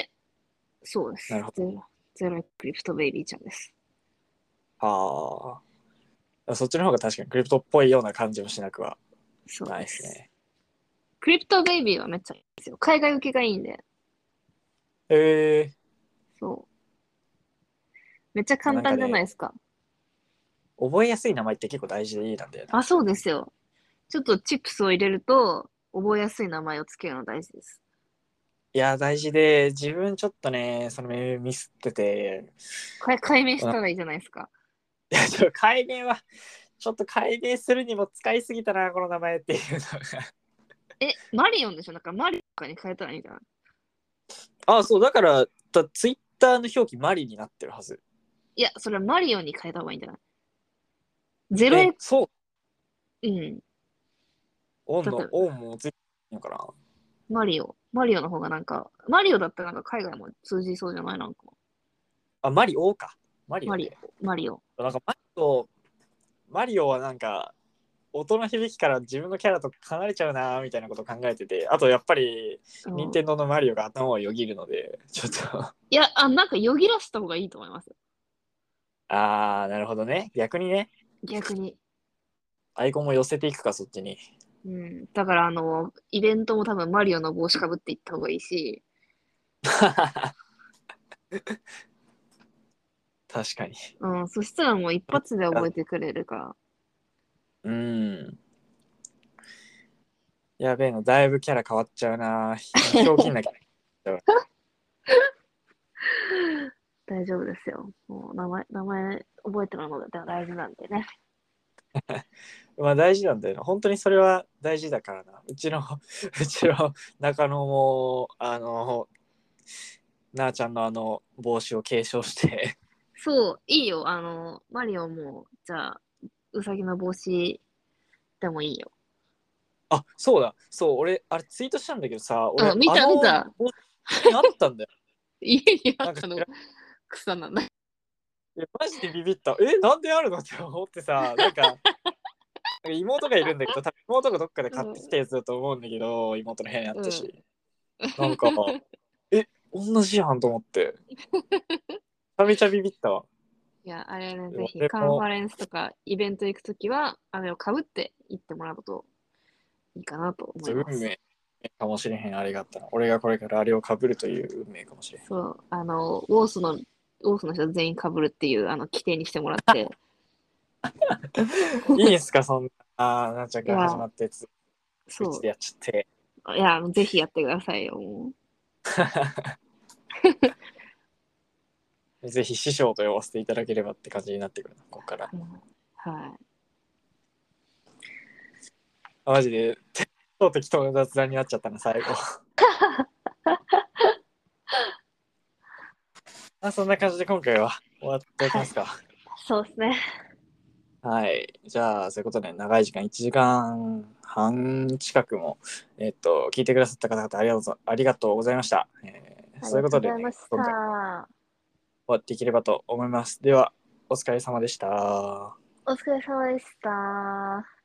そうです。 なるほど。 ゼロクリプトベイビーちゃんです。 ああ。そっちの方が確かにクリプトっぽいような感じもしなくはそうないです。 ですね。 クリプトベイビーはめっちゃいいですよ。海外受けがいいんで。 ええそう。めっちゃ簡単じゃないなんかね、 ですか。 覚えやすい名前って結構大事なんだよあ、 な。 そうですよ。ちょっとチップスを入れると、覚えやすい名前をつけるの大事です。 いや、大事で、自分ちょっとね、ミスってて、 解明しまあたらいいじゃないですか。 いや、ちょっと改名するにも使いすぎたな、この名前っていうのが。 マリオンでしょ？なんかマリオンとかに変えたらいいんじゃない？ あ、そう、だから、ツイッターの表記マリになってるはず。 いや、それはマリオンに変えた方がいいんじゃない？ゼロエ、 そう。 うん。 オンの、 だってオンもついてるのかな。 マリオ。マリオの方がなんか、マリオだったらなんか海外も通じそうじゃないなんか。 あ、マリオか。マリオマリね。 オ、マリオ。 なんかマリオはなんか、音の響きから自分のキャラと離れちゃうなみたいなことを考えてて、あとやっぱり、 うん。 任天堂のマリオが頭をよぎるので、ちょっといや、なんかよぎらせた方がいいと思いますよ。 あー、なるほどね。逆にね、 逆に。 アイコンも寄せていくか、そっちに。 うん。だからイベントも多分マリオの帽子かぶっていった方がいいし、 確かに。 うん。そしたらもう一発で覚えてくれるから。 うん。やべえの、だいぶキャラ変わっちゃうな。ひょうきんなキャラ。 大丈夫ですよ。もう名前覚えてるのが大事なんでね。 まあ大事なんだよな。本当にそれは大事だからな。うちの中野も、なあちゃんの帽子を継承して。 そう、いいよ。マリオも、じゃあ、うさぎの帽子でもいいよ。 あ、そうだ。そう、俺、あれツイートしたんだけどさ、 うん、 俺、 見た見た。 帽子にあったんだよ。 家にあったのなんか知らん、 草なんだ。 マジでビビった。なんであるのって思ってさ、妹がいるんだけど、多分妹がどっかで買ってきたやつだと思うんだけど、妹の部屋にあっうん。 たし。なんか、同じやんと思って。めちゃめちゃビビったわ。 いや、あれね、 でぜも俺も、 ひカンファレンスとかイベント行くときは、あれをかぶって行ってもらうといいかなと思います。 運命かもしれへん、あれがあったの。俺がこれからあれをかぶるという運命かもしれへん。 そう、ウォースの人全員かぶるっていう、規定にしてもらって。 いいんすか、そんな、なっちゃんから始いや、 まったやつ、うちそでやっちゃって。 う。いや、ぜひやってくださいよ、もぜひ師匠と呼ばせていただければって感じになってくるな、ここから。 う。うん、はい。 マジで、超適当な雑談になっちゃったな、最後。そんな感じで今回は終わっておきはい。 ますか。 そうですね。 はい。じゃあ、そういうことで、長い時間、1時間半近くも、聞いてくださった方々ありがとうございました。そういうありがとことでね、 うございまし今回た。 終わっていければと思います。では、お疲れ様でした。 お疲れ様でした。